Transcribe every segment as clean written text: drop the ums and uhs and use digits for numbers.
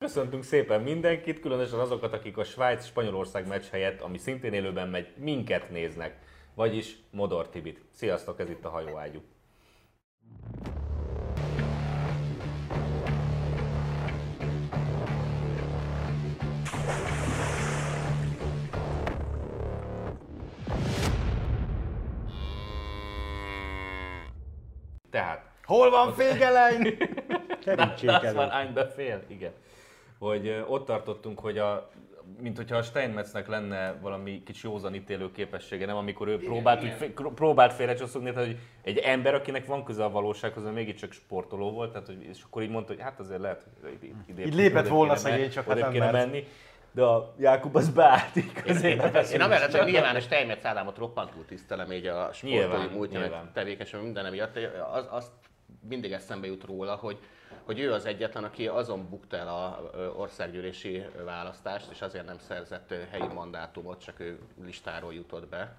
köszöntünk szépen mindenkit, különösen azokat, akik a Svájc-Spanyolország meccs helyett, ami szintén élőben megy, minket néznek. Vagyis Modor Tibit. Sziasztok, ez itt a Hajóágyú. Tehát. Hol van Fégeleny? Das war ein Befehl, igen. Hogy ott tartottunk, hogy mint hogyha a Steinmetznek lenne valami kicsi józanítélő képessége, nem amikor ő próbált félrecsosszogni, tehát hogy egy ember, akinek van köze a valósághoz, de mégiscsak sportoló volt, tehát, hogy, és akkor így mondta, hogy hát azért lehet, hogy így lépett volna szegény, csak hát kéne menni. De a Jákob az beállt így középen. Én amellett, hogy nyilván a Steinmetz államot roppantul tisztelem így a sportolói múltja tevékenység minden miatt, azt mindig eszembe jut róla, hogy ő az egyetlen, aki azon bukta el az országgyűlési választást, és azért nem szerzett helyi mandátumot, csak ő listáról jutott be,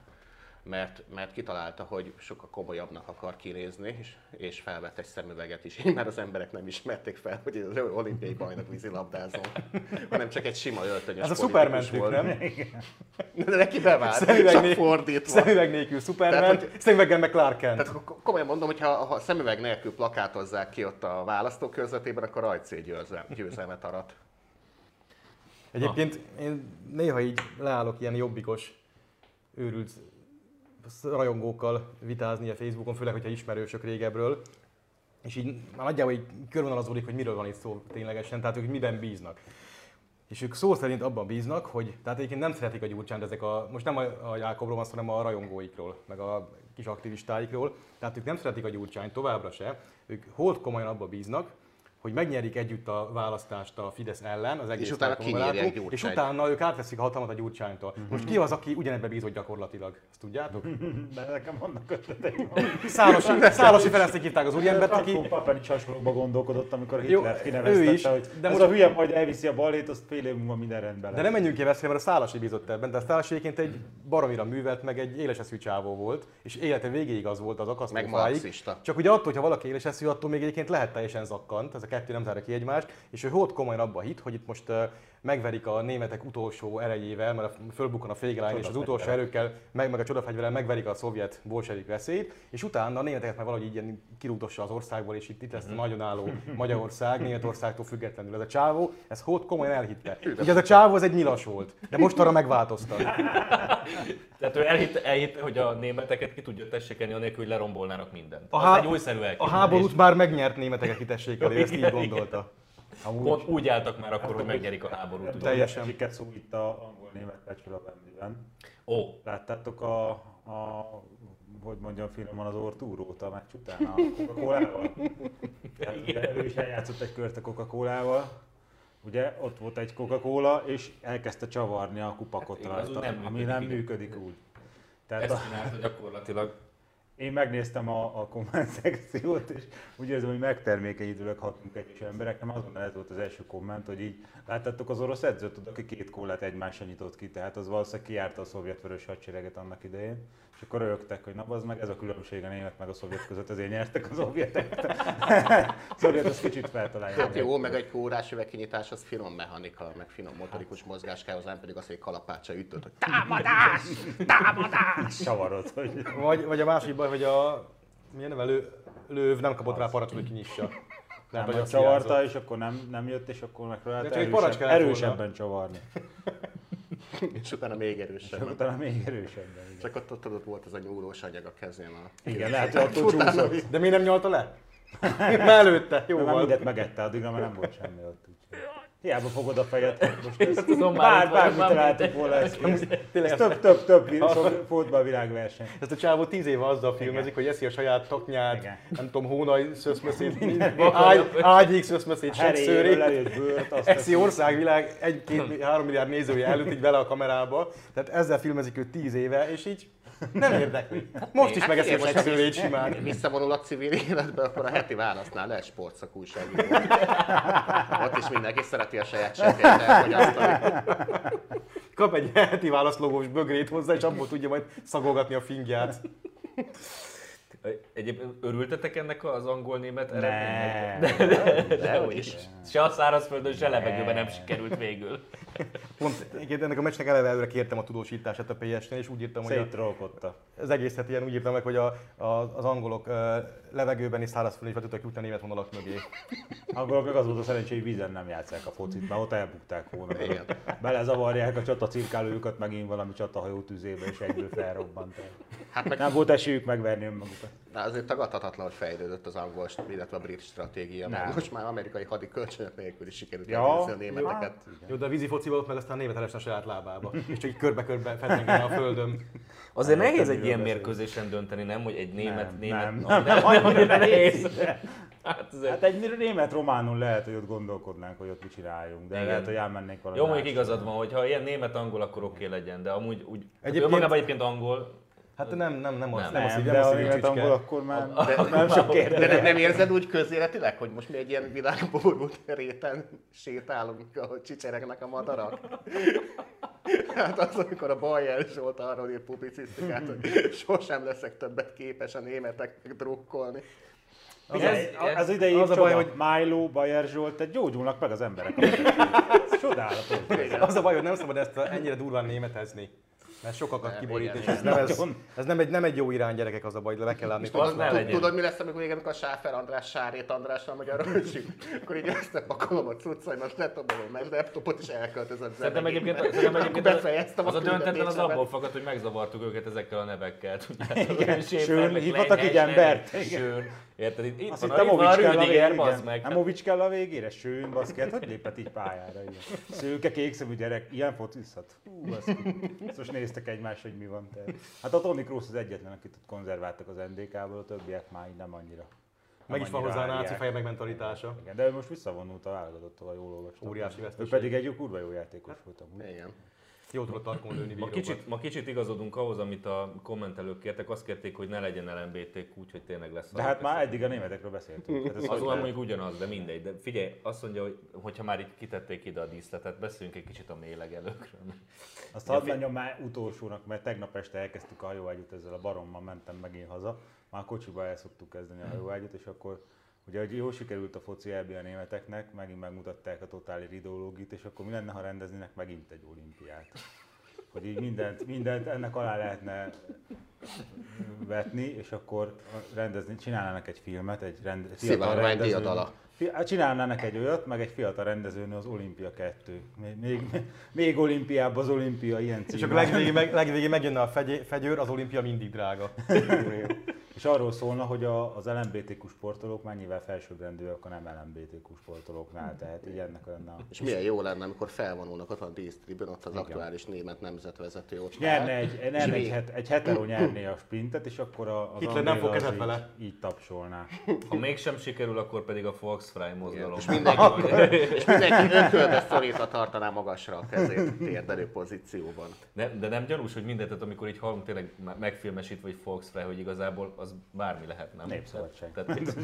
mert kitalálta, hogy sokkal komolyabbnak akar kinézni, és felvett egy szemüveget is. Így már az emberek nem ismerték fel, hogy az olimpiai bajnok vízilabdázó, hanem csak egy sima öltönyös politikus volt. Ez a Superman nem? De neki bevált, csak fordítva. Szemüveg nélkül Superman, szemüveggel meg Clark Kent. Tehát komolyan mondom, hogy ha szemüveg nélkül plakátozzák ki ott a választókörzetében, akkor rajtszély győzelmet arat. Egyébként én néha így leállok ilyen jobbikos, őrült rajongókkal vitázni a Facebookon, főleg, hogyha ismerősök régebről, és így már nagyjából így körvonalazódik, hogy miről van itt szó ténylegesen, tehát ők miben bíznak. És ők szó szerint abban bíznak, hogy tehát egyébként nem szeretik a Gyurcsányt, most nem a Jákobról van szó, hanem a rajongóikról, meg a kis aktivistáikról, tehát ők nem szeretik a Gyurcsányt továbbra se, ők holt komolyan abban bíznak, hogy megnyerik együtt a választást a Fidesz ellen, az egész és utána kinyírják Gyurcsányt. És utána ők átveszik a hatalmat a Gyurcsánytól. Most ki az, aki ugyanebbe bízott gyakorlatilag? Ezt tudjátok? De nekem vannak ötleteim. Szálosi Ferencnek hívták az úriembert, aki... Papáni hasonlóba gondolkodott, amikor Hitlert kineveztette, hogy de ez most... a hülye majd elviszi a balhét, azt fél év múlva minden rendben lesz. De nem menjünk ki veszélybe, mert a Szálasi bízott ebben, de a Szálasi egyébként egy baromira művelt, meg egy éleseszű csávó volt, és élete végéig az volt az akasztófáig. Csak ugye attól, hogyha valaki éleseszű, attól még egyébként lehet teljesen zakkant, ez a kettő nem zárja ki egymást, és ő holt komolyan abba hitt, hogy itt most megverik a németek utolsó erejével, mert fölbukkan a Fégelány, és az utolsó erőkkel, meg a csodafegyverrel megverik a szovjet bolsevik veszélyt, és utána a németeket már valahogy így ilyen kirúgdossa az országból, és itt lesz a nagyonálló Magyarország, Németországtól függetlenül. Ez a csávó, ez holt komolyan elhitte. Ugye ez a csávó az egy nyilas volt, de most arra megváltoztat. Tehát ő elhitte, hogy a németeket ki tudja tessékelni anélkül, hogy lerombolnának mindent. A háborút már megnyert németeket kitessékelni, ezt így gondolta. Pont úgy álltak már akkor, hogy megnyerik a háborút. Teljesen. Siket szó itt a angol-német meccsről a Wembleyben. Ó. Láttátok hogy mondjam finoman, az ortúrót a meccs után a Coca-Colával? Ő is eljátszott egy kört a Coca-Colával. Ugye ott volt egy Coca-Cola, és elkezdte csavarni a kupakot rajta, ami nem működik úgy. Tehát ezt csinálta gyakorlatilag. Én megnéztem a komment szekciót, és úgy érzem, hogy megtermékenyítőleg hatunk egyes emberek. Nem azonnal ez volt az első komment, hogy így láttátok az orosz edzőt, aki 2 kólát egymásra nyitott ki, tehát az valószínűleg kijárta a szovjet vörös hadsereget annak idején. És akkor rögtek, hogy na az meg ez a különbség a német meg a szovjet között, ezért nyertek a szovjetek. A szovjet az kicsit feltalálja. Hát jó, meg egy órás üvegkinyitás az finom mechanika, meg finom motorikus mozgás kell, nem pedig az, hogy kalapáccsal ütött, hogy támadás! Támadás! Csavarod, hogy... Vagy a másik baj, hogy milyen neve, Löw nem kapott rá parancsot, hogy kinyissa. Nem, hogy csavarta, és akkor nem jött, és akkor megpróbálta erősebben csavarni. És utána még erősebben. Utána még erősebben. Csak ott volt ez a nyúlós anyag a kezén. Igen, lehet, hogy attól csúszott. De miért nem nyalta le? Már előtte, jó volt. Mindent megette addigra, mert nem volt semmi ott. Hiába fogod a fejed, most ezt tudom, bármit találtuk volna ezt. Több volt be a világverseny. Ezt a csávó 10 éve azzal filmezik, hogy eszi a saját taknyát, nem tudom, hónai szöszmeszét, ágyék szöszmeszét, seggszőrét, eszi országvilág 1-2-3 milliárd nézője előtt így bele a kamerába. Tehát ezzel filmezik őt 10 éve, és így nem érdekli. Most is megeszi a seggszőrét simán. Visszavonul a civil életbe, akkor a heti válasznál lehet sportszak újságíró. Ott is mindenki szereti a saját seggeit elfogyasztani. Kap egy heti válaszlogós bögrét hozzá, és abból tudja majd szagolgatni a fingját. Egyébként örültetek ennek az angol-német eredménynek? De is. Se a szárazföldön, se levegőben nem sikerült végül. Pont ennek a meccsnek eleve előre kértem a tudósítását a PS-nél, és úgy írtam, hogy az egészet ilyen úgy írtam meg, hogy az angolok levegőben és szárazföldön is be tudtak jutni a német vonalak mögé. Angolok az volt a szerencsé, hogy vízen nem játsszák a focit, mert ott elbukták volna. Belezavarják a csatacirkálójukat megint valami csatahajó tüzébe, és egyből felrobbant. Hát nem volt esélyük megverni önmagukat. De azért tagadhatatlan, hogy fejlődött az angol, illetve a brit stratégia, mert most már amerikai hadi kölcsönök nélkül is sikerült elhúzni a németeket. Jó, de a vízi fociba ott meg aztán a német elesne a saját lábába, és csak így körbe-körbe fetengene a földön. Azért nehéz egy ilyen mérkőzésen dönteni, nem? Hogy egy német... Nem, annyira nehéz. Hát egy német-románul lehet, hogy ott gondolkodnánk, hogy ott mit csináljunk, de lehet, hogy elmennénk valami. Jó, mondjuk igazad van, hogy ha ilyen német-angol, akkor oké legyen, de amúgy úgy... Egyébként angol... Hát nem az, de a német-angol akkor már nem sok kérdés. De nem érzed úgy közéletileg, hogy most mi egy ilyen világborult réten sétálunk, ahogy csicseregnek a madarak? Hát az, amikor a Bayer Zsolt arról ír publicisztikát, hogy sosem leszek többet képes a németeknek drukkolni. Az idei az a baj, hogy Milo, Bayer Zsolt, tehát gyógyulnak meg az emberek. Csodálatos. Az a baj, hogy nem szabad ezt ennyire durván németezni. Mert sokakat kiborít, és ez nem egy jó irány, gyerekek, az a baj, de le kell látni. Tudod, mi lesz, amikor igen, a Sáfer András, Sárét Andrásnál magyaroljuk? Akkor így összepakolom a cuccaimat, letobogom meg laptopot, és elköltözöm Szerintem egyébként az a döntetlen az abból fakad, hogy megzavartuk őket ezekkel a nevekkel. Sőn, hívhatok így embert. Sőn. Érted? Itt van a Rüdiger, bazd meg. Movics kell a végére? Sőn, baszkert, hogy lépett így pályára? Szőke, kékszemű gyerek, ilyen focizhat. Most néztek egymásra, hogy mi van. Hát a Toni Kroos az egyetlen, akit ott konzerváltak az NDK-ból, a többiek már így nem annyira. Meg is van hozzá a náci feje meg mentalitása. Igen, de ő most visszavonult a válogatottól, ha jól olvastam. Óriási veszteség. Ő pedig egy kurva jó játékos volt amúgy. Igen. Jó tudott tarkon lőni bírókat. Ma kicsit igazodunk ahhoz, amit a kommentelők kértek. Azt kérték, hogy ne legyen LMBTQ, úgyhogy tényleg lesz. De hát már eddig a németekről beszéltünk. Hát az mondjuk ugyanaz, de mindegy. De figyelj, azt mondja, hogy ha már itt kitették ide a díszletet, beszéljünk egy kicsit a méhlegelőkről. Azt hadd mondjam már utolsónak, mert tegnap este elkezdtük a hajóágyút, ezzel a barommal mentem megint haza. Már kocsiba el szoktuk kezdeni a hajóágyút, és akkor ugye, hogy jól sikerült a foci EB a németeknek, megint megmutatták a totális ideológiát, és akkor mi lenne, ha rendeznének megint egy olimpiát? Hogy így mindent ennek alá lehetne vetni, és akkor csinálnának egy filmet, egy fiatal rendezőnő. Csinálnának egy olyat, meg egy fiatal rendezőnő, az Olimpia 2. Még olimpiában az Olimpia ilyen cím. És akkor legvégén megjönne a fegyőr, az Olimpia mindig drága. És arról szólna, hogy az LMBTQ sportolók mennyivel felsőbbrendűek a nem LMBTQ sportolóknál, tehát így ennek lenne. És milyen jó lenne, amikor felvonulnak ott a dísztribün, ott az aktuális német nemzetvezető ott nyerne egy hetero nyerné a sprintet, és akkor az Hitler nem fog kezet vele. Így tapsolná. Ha mégsem sikerül, akkor pedig a Volksfrei mozgalom. És mindenki ökölbe szorítva tartaná magasra a kezét térdelő pozícióban. De nem gyanús, hogy mindent, amikor így hallunk tényleg megfilmesítve, hogy Volksfrei, hogy igazából az bármi lehet, nem? Népszabadság.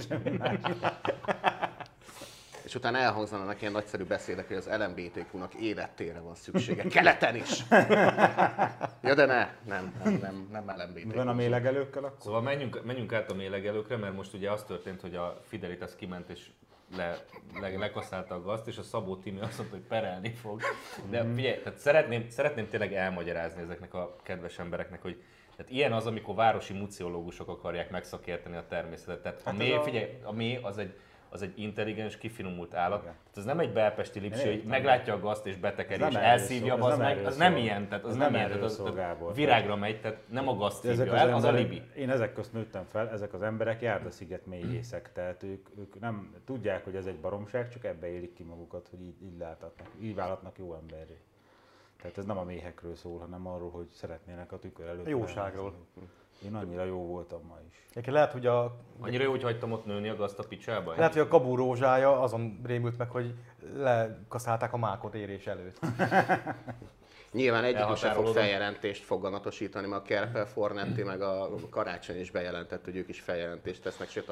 És utána elhangzanak ilyen nagyszerű beszédek, hogy az LMBTQ-nak élettére van szüksége. Keleten is! Ja, de nem LMBTQ. Van a méhlegelőkkel akkor? Szóval menjünk át a méhlegelőkre, mert most ugye az történt, hogy a Fidelitas kiment és lekaszálta a gazt, és a Szabó Timi azt mondta, hogy perelni fog. De figyelj, tehát szeretném tényleg elmagyarázni ezeknek a kedves embereknek, hogy tehát ilyen az, amikor városi muceológusok akarják megszakérteni a természetet. Tehát a méh az egy intelligens, kifinomult állat. Tehát ez nem egy belpesti lipsi, hogy meglátja a gazt és betekeri, és elszívja, az nem ilyen, tehát az nem ilyen, tehát virágra megy, tehát nem a gazt szívja el, az a libi. Én ezek közt nőttem fel, ezek az emberek Járdasziget méhészek, tehát ők nem tudják, hogy ez egy baromság, csak ebbe élik ki magukat, hogy így válhatnak jó emberré. Tehát ez nem a méhekről szól, hanem arról, hogy szeretnének a tükör előtt. Jóságról. Én annyira jó voltam ma is. Lehet, hogy annyira jó, hogy hagytam ott nőni a gazt a picsába? Lehet, hogy a Kabú rózsája azon rémült meg, hogy lekaszálták a mákot érés előtt. Nyilván egyikük sem fog feljelentést foganatosítani, mert a Kerpel, Fornetti meg a Karácsony is bejelentett, hogy ők is feljelentést tesznek, sőt a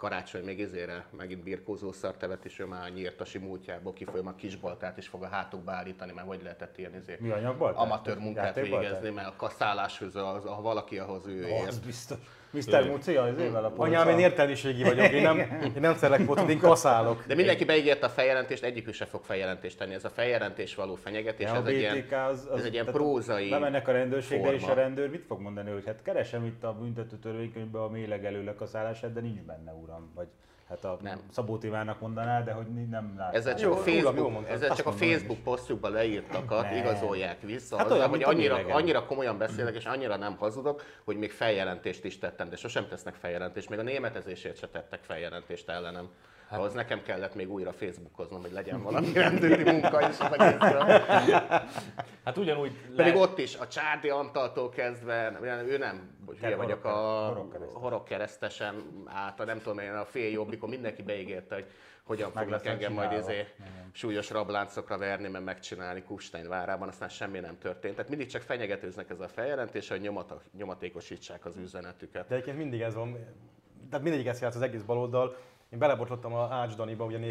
Karácsony még megint birkózószart tevet, és ő már a nyírtasi múltjából kifolyam a kisbaltát, és fog a hátukba állítani, mert hogy lehetett ilyen amatőr munkát végezni, mert a kaszáláshoz, ha valaki ahhoz ő ér. Az biztos. Mr. Muci az évvel a polccal. Anyám, én értelmiségi vagyok, én nem szeretek pocot, én kaszálok. De mindenki beígért a feljelentést, egyikük se fog feljelentést tenni. Ez a feljelentés való fenyegetés, ez egy ilyen prózai bemennek a rendőrségre, és a rendőr mit fog mondani, hogy hát keresem itt a büntető törvénykönyvben a méhlegelő lekaszálását, de nincs benne, uram. Vagy hát a Szabó Tivának mondaná, de hogy nem lát. Ezzel csak a Facebook posztjukban leírtakat igazolják vissza, hát hozzá, hogy annyira komolyan beszélek, és annyira nem hazudok, hogy még feljelentést is tettem, de sosem tesznek feljelentést, még a németezésért se tettek feljelentést ellenem. Ahhoz nekem kellett még újra Facebookoznom, hogy legyen valami rendőri munka is az egészről. Hát ugyanúgy... Pedig ott is, a Csárdi Antaltól kezdve, ő nem, hülye vagyok, a horogkeresztesen át, nem tudom én, a fél jobbikon mindenki beígérte, hogy hogyan fognak engem majd súlyos rabláncokra verni, mert megcsinálni Kufstein várában, aztán semmi nem történt. Tehát mindig csak fenyegetőznek ez a feljelentés, hogy nyomatékosítsák az üzenetüket. De egyébként mindig ez van, tehát mindegyik ezt járt az egész baloldal. Én belebotlottam a Ács Daniba, ugye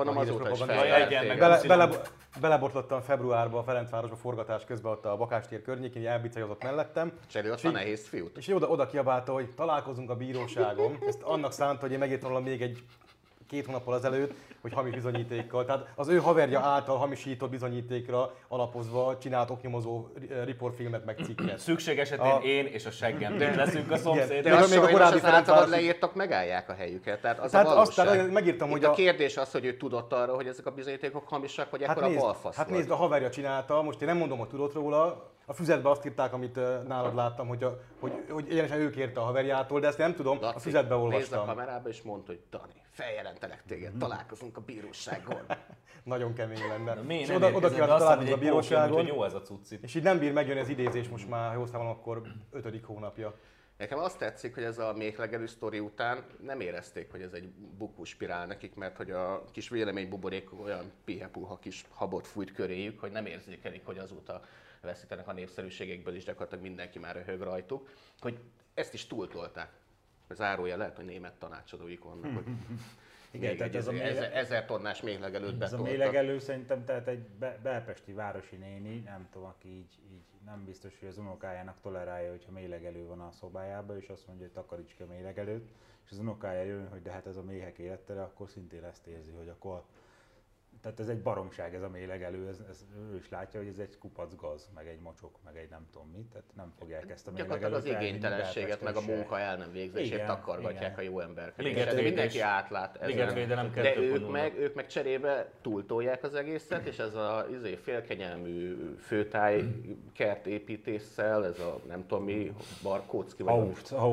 444-nek belebotlottam februárban a Ferencvárosba forgatás közben ott a Bakástér környékén, elbicajozott mellettem. Cserélj ott a nehéz fiút. És oda kiabálta, hogy találkozunk a bíróságon. Ezt annak szánta, hogy én megírtam róla még egy 2 hónappal ezelőtt, hogy hamis bizonyítékkal. Tehát az ő haverja által hamisított bizonyítékra alapozva csinált oknyomozó riportfilmet meg cikket. Szükség esetén én és a seggem leszünk a szomszéd. De az sajnos az általad leírtak, megállják a helyüket. Tehát az a valóság. Aztán megírtam, hogy a kérdés az, hogy ő tudott arra, hogy ezek a bizonyítékok hamisak, vagy ekkora balfasz. Hát nézd, a haverja csinálta, most én nem mondom, hogy tudott róla. A füzetbe azt írták, amit nálad láttam, hogy egyenesen ő kérte a haverjától, de ezt nem tudom, Laci, a füzetbe olvastam. Nézd a kamerába és mondd, hogy Dani, feljelentelek téged, találkozunk a bíróságon. Nagyon kemény lenne. És oda kell találkozni a bíróságon, jó ez a cuccit. És így nem bír megjönni az idézés most már, jó számolom, akkor 5. hónapja. Nekem azt tetszik, hogy ez a méhlegelő sztori után nem érezték, hogy ez egy bukóspirál nekik, mert hogy a kis véleménybuborék olyan pihepuha kis habot fújt köréjük, hogy nem érzékelik, hogy azóta veszítenek a népszerűségekből is, gyakorlatilag mindenki már röhög rajtuk, hogy ezt is túltolták. Zárója lehet, hogy német tanácsadóik vannak, hogy igen, tehát ez 1000 tonnás méhlegelőt betoltak. Ez a méhlegelő szerintem tehát egy belpesti városi néni, nem tudom, aki így nem biztos, hogy az unokájának tolerálja, hogyha méhlegelő van a szobájában, és azt mondja, hogy takaríts ki a méhlegelőt, és az unokája jön, hogy de hát ez a méhek élettere, akkor szintén ezt érzi, hogy akkor... Tehát ez egy baromság, ez a méhlegelő, ő is látja, hogy ez egy kupac gaz, meg egy mocsok, meg egy nem tudom mit, tehát nem fogják ezt a méhlegelőt. Gyakorlatilag az igénytelenséget, meg a munka el nem végzését takargatják a jó embereket. Mindenki átlát ezen. De ők meg cserébe túltolják az egészet, és ez a félkenyelmű főtáj kertépítésszel, ez a nem tudom mi, Barkóczki vagy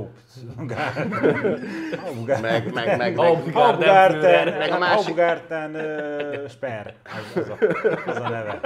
meg a másik... Sper, az a neve.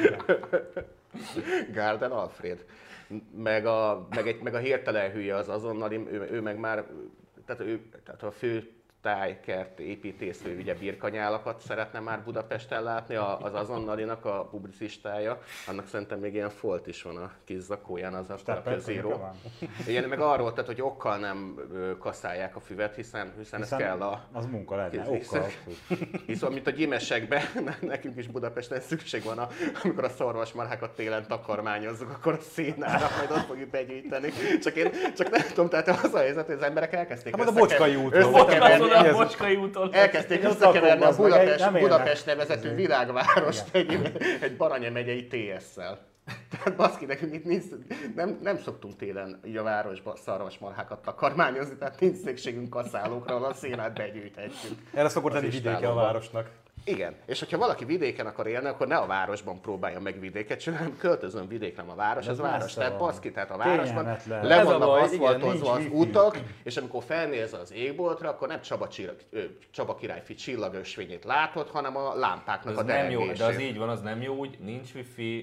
Garden Alfred. Meg a hirtelen hülye az azonnali, ő meg már, tehát a fő tájkert építésző, ugye birkanyálakat szeretne már Budapesten látni, az azonnalinak a publicistája, annak szerintem még ilyen folt is van a kis zakóján, az a közíró. Igen, meg arról, tehát, hogy okkal nem kaszálják a füvet, hiszen ez kell a... Az munka lenne, okkal. Hiszen, mint a gyímesekben, nekünk is Budapesten szükség van, amikor a szarvasmarhákat télen takarmányozzuk, akkor a szénára majd ott fogjuk begyűjteni. Csak nem tudom, tehát az a helyzet, hogy az emberek elkezdték a Bocskai úton. A Bocskai úton. Elkezdték összekeverni a Budapest nevezetű világvárost egy Baranya megyei TS-szel. Tehát baszki, nekünk itt nem szoktunk télen így a városban szarvasmarhákat takarmányozni, tehát nincs szükségünk kaszálókra, ahol a szénát begyűjthetjük. Erre szokott lenni vidéke a városnak. Igen, és hogyha valaki vidéken akar élni, akkor ne a városban próbálja meg vidéket csinálni, költözön vidékre, a város, az város. Tehát baszki, tehát a városban le vannak aszfaltozva az utak, és amikor felnéz az égboltra, akkor nem Csaba királyfi csillagösvényét látod, hanem a lámpáknak a derengését. De az így van, az nem jó úgy, nincs wifi,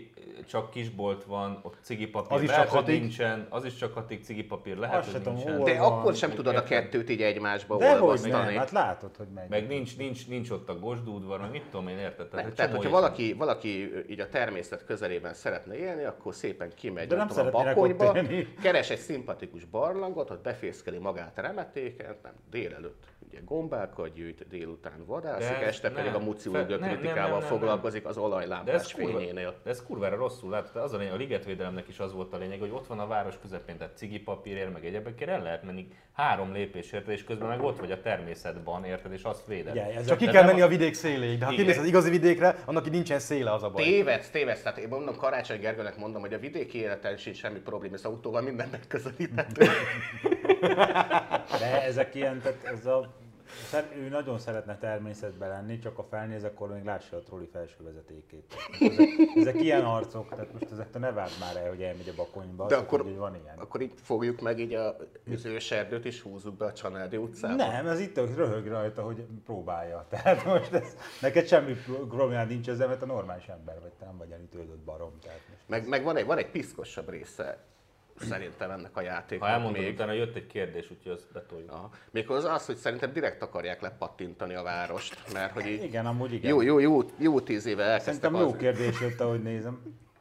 csak kisbolt van, ott cigipapír, az is lehet, hogy nincsen, az is csak 6 cigipapír, lehet, hogy nincsen. De akkor sem tudod a kettőt így egymásba olvasztani. Hát látod, hogy megy. Meg nincs ott a gosdúdvar, meg mit tudom én, érted? Tehát hogyha valaki így a természet közelében szeretne élni, akkor szépen kimegy a Bakonyba, keres egy szimpatikus barlangot, ott befészkeli magát remetéken, nem délelőtt. Ugye gombákat gyűjt, délután vadászik, este pedig a Muci Ülgő kritikával foglalkozik az olajlámpás fényénél. De ez kurvára rosszul látod, az a lényeg, a ligetvédelemnek is az volt a lényeg, hogy ott van a város közepén, tehát cigipapírért, meg egyebekért el lehet menni 3 lépésért, és közben meg ott vagy a természetben, érted, és azt véded. Yeah, csak ki kell menni a vidék széléig, de ha kimész az igazi vidékre, annak nincsen széle, az a baj. Tévedsz, tehát én mondom, Karácsony Gergőnek mondom, hogy a vidéki életen sincs semmi probléma, az autóval minden megközelíthető. De ezek ilyen, tehát ez ő nagyon szeretne természetben lenni, csak a felnéz, akkor még lássa a trolli felső vezetékét. Ezek ilyen arcok, tehát most ezek ne várd már el, hogy elmegy a Bakonyba, de akkor, hogy van ilyen. Akkor így fogjuk meg így az őserdőt és húzzuk be a Csanádi utcába. Nem, ez itt röhög rajta, hogy próbálja. Tehát most neked semmi problémád nincs ezzel, mert a normális ember vagy, te nem vagy elítődött barom. Meg van egy piszkosabb része. Szerintem ennek a játéknak. Ha elmondod, utána jött egy kérdés, úgyhogy azt betoljuk. Méghozzá az, hogy szerintem direkt akarják lepattintani a várost, mert hogy így igen, amúgy igen. Jó 10 éve elkezdtek. Szerintem jó kérdés jött, ahogy nézem.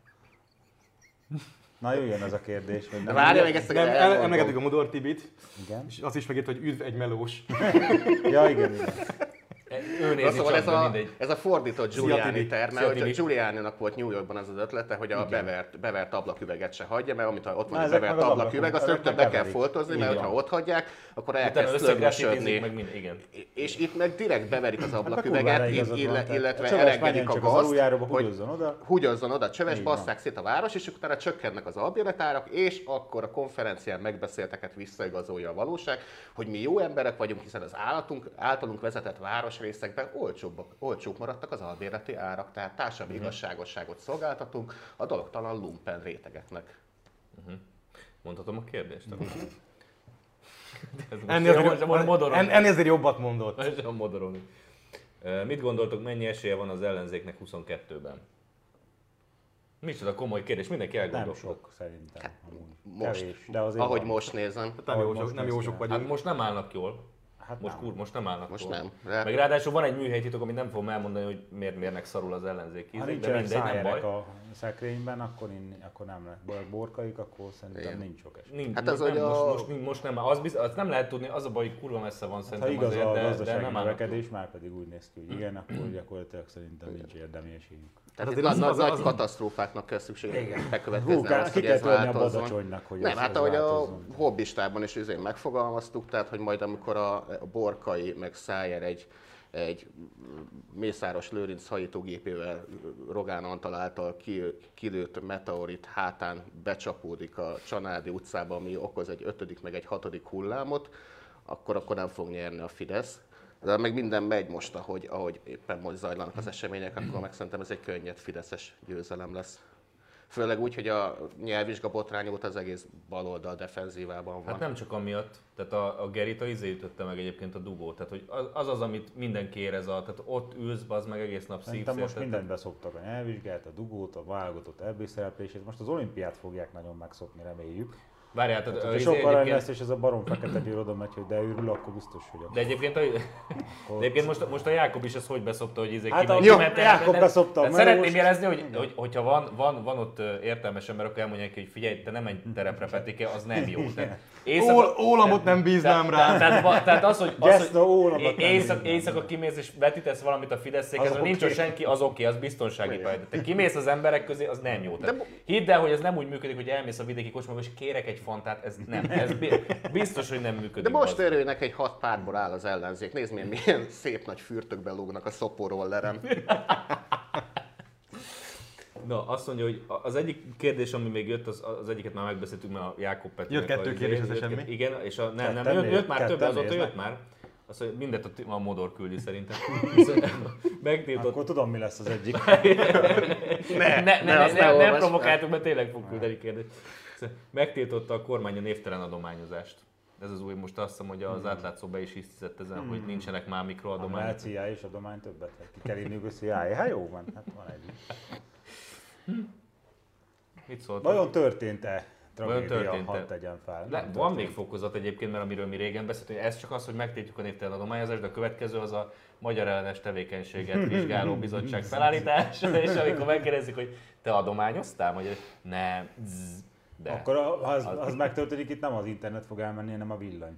Na jöjjön az a kérdés, hogy nem. Várja még ezt emlegetjük a Modor Tibit, igen. És azt is megírt, hogy üdv egy melós. Ja, igen. Szóval ez a fordított Giuliani terme, hogy a Giulianinak volt New Yorkban az ötlete, hogy a bevert ablaküveget se hagyja, mert amit ott van a bevert ablaküveg, azt rögtön be kell foltozni, mert ha ott hagyják, akkor elkezd szörnyösödni. És itt meg direkt beverik az ablaküveget, illetve elengedik a gazt, hogy húgyozzon oda, csöves, basszák szét a város, és utána csökkennek az albérletárak, és akkor a konferencián megbeszélteket visszaigazolja a valóság, hogy mi jó emberek vagyunk, hiszen az általunk vezetett városrészekben olcsók maradtak az albérleti árak, tehát társadalmi igazságosságot szolgáltatunk a dologtalan lumpen rétegeknek. Mondhatom a kérdést? Ennél azért jobbat mondott. Mit gondoltok, mennyi esélye van az ellenzéknek 22-ben? Micsoda komoly kérdés, mindenki elgondolkodik. Nem sok szerintem. Kevés, de azért ahogy most nézem. Nem jó sok vagyunk. Hát most nem állnak jól. Hát most nem állnak most jól. Nem. Meg ráadásul van egy műhelytitok, amit nem fogom elmondani, hogy miért mérnek szarul az ellenzék ízét. Ha nincsenek szájerek a szekrényben, akkor nem lehet. Borkaik, akkor szerintem nincs sok esély. Hát most nem, azt nem lehet tudni, az a baj, hogy kurva messze van szerintem azért, de nem gazdasági növekedés, már pedig úgy néz ki, hogy igen, akkor gyakorlatilag szerintem nincs érdemi esélyünk. Tehát nagy katasztrófáknak kell szüksége bekövetkezni ahhoz, hogy ez változzon. Nem, hát ahogy a hobbistában is megfogalmaztuk, tehát hogy majd amikor a Borkai meg Szájer egy Mészáros Lőrinc hajítógépével Rogán Antal által kilőtt meteorit hátán becsapódik a Csanádi utcába, ami okoz egy 5. meg egy 6. hullámot, akkor nem fog nyerni a Fidesz. De meg minden megy most, ahogy éppen most zajlanak az események, akkor meg szerintem ez egy könnyed fideszes győzelem lesz. Főleg úgy, hogy a nyelvvizsga botrány óta az egész baloldal defenzívában van. Hát nem csak amiatt, tehát a Gerita ütötte meg egyébként a dugót, tehát hogy az, amit mindenki érez, tehát ott ülsz, az meg egész nap szívsz. Szerintem most mindent beszoptak, a nyelvvizsgát, a dugót, a válogatott EB-szereplését, most az olimpiát fogják nagyon megszokni, reméljük. Várjál, tehát sok arany lesz, és ez a barom fekete birodalom megy, hogy de őrül, akkor biztos, hogy De egyébként most a Jákob is ezt hogy beszopta, hogy Jákob beszopta. Szeretném jelezni, hogyha van ott értelmes ember, akkor elmondják, hogy figyelj, te nem menj terepre, Petike, az nem jó. Ólamot nem bíznám rá. Tehát az, hogy éjszaka kimész és vetítesz valamit a Fideszékhez, hogy nincs ott senki, az oké, az biztonsági baj. Te kimész az emberek közé, az nem jó. Hidd el, hogy ez nem úgy működik, hogy elmész a vidéki kocsmába és kérek egy fantát, ez nem. Ez biztos, hogy nem működik. De most örülnek, egy 6 pártból áll az ellenzék. Nézd milyen szép nagy fürtökbe lógnak a szoporollerem. Na, azt mondja, hogy az egyik kérdés, ami még jött, az egyiket már megbeszéltük, mert a Jákob Petőnek. Jött 2 kérdés, ez semmi? Igen, és jött már több, azóta jött már. Azt mondja, mindet a Modor küldi szerintem. Akkor tudom, mi lesz az egyik. Ne provokáltuk, mert tényleg fog küldeni kérdést. Megtiltotta a kormány a névtelen adományozást. Ez az új, most azt hiszem, hogy az átlátszó be is hisztizett ezen, hogy nincsenek már mikroadományok. A CIA és adomány többet, ki kell írni a CIA. Hát jó van, hát van egy. Mit szóltak? Vajon történt-e? Tragédia, hadd tegyen fel. Van még fokozat egyébként, mert amiről mi régen beszéltünk, hogy ez csak az, hogy megtiltjuk a névtelen adományozást, de a következő az a magyar ellenes tevékenységet vizsgáló bizottság felállítása, és amikor megkérdezik, hogy te adományoztál, vagy nem, de. Akkor az megtörténik, itt nem az internet fog elmenni, hanem a villany.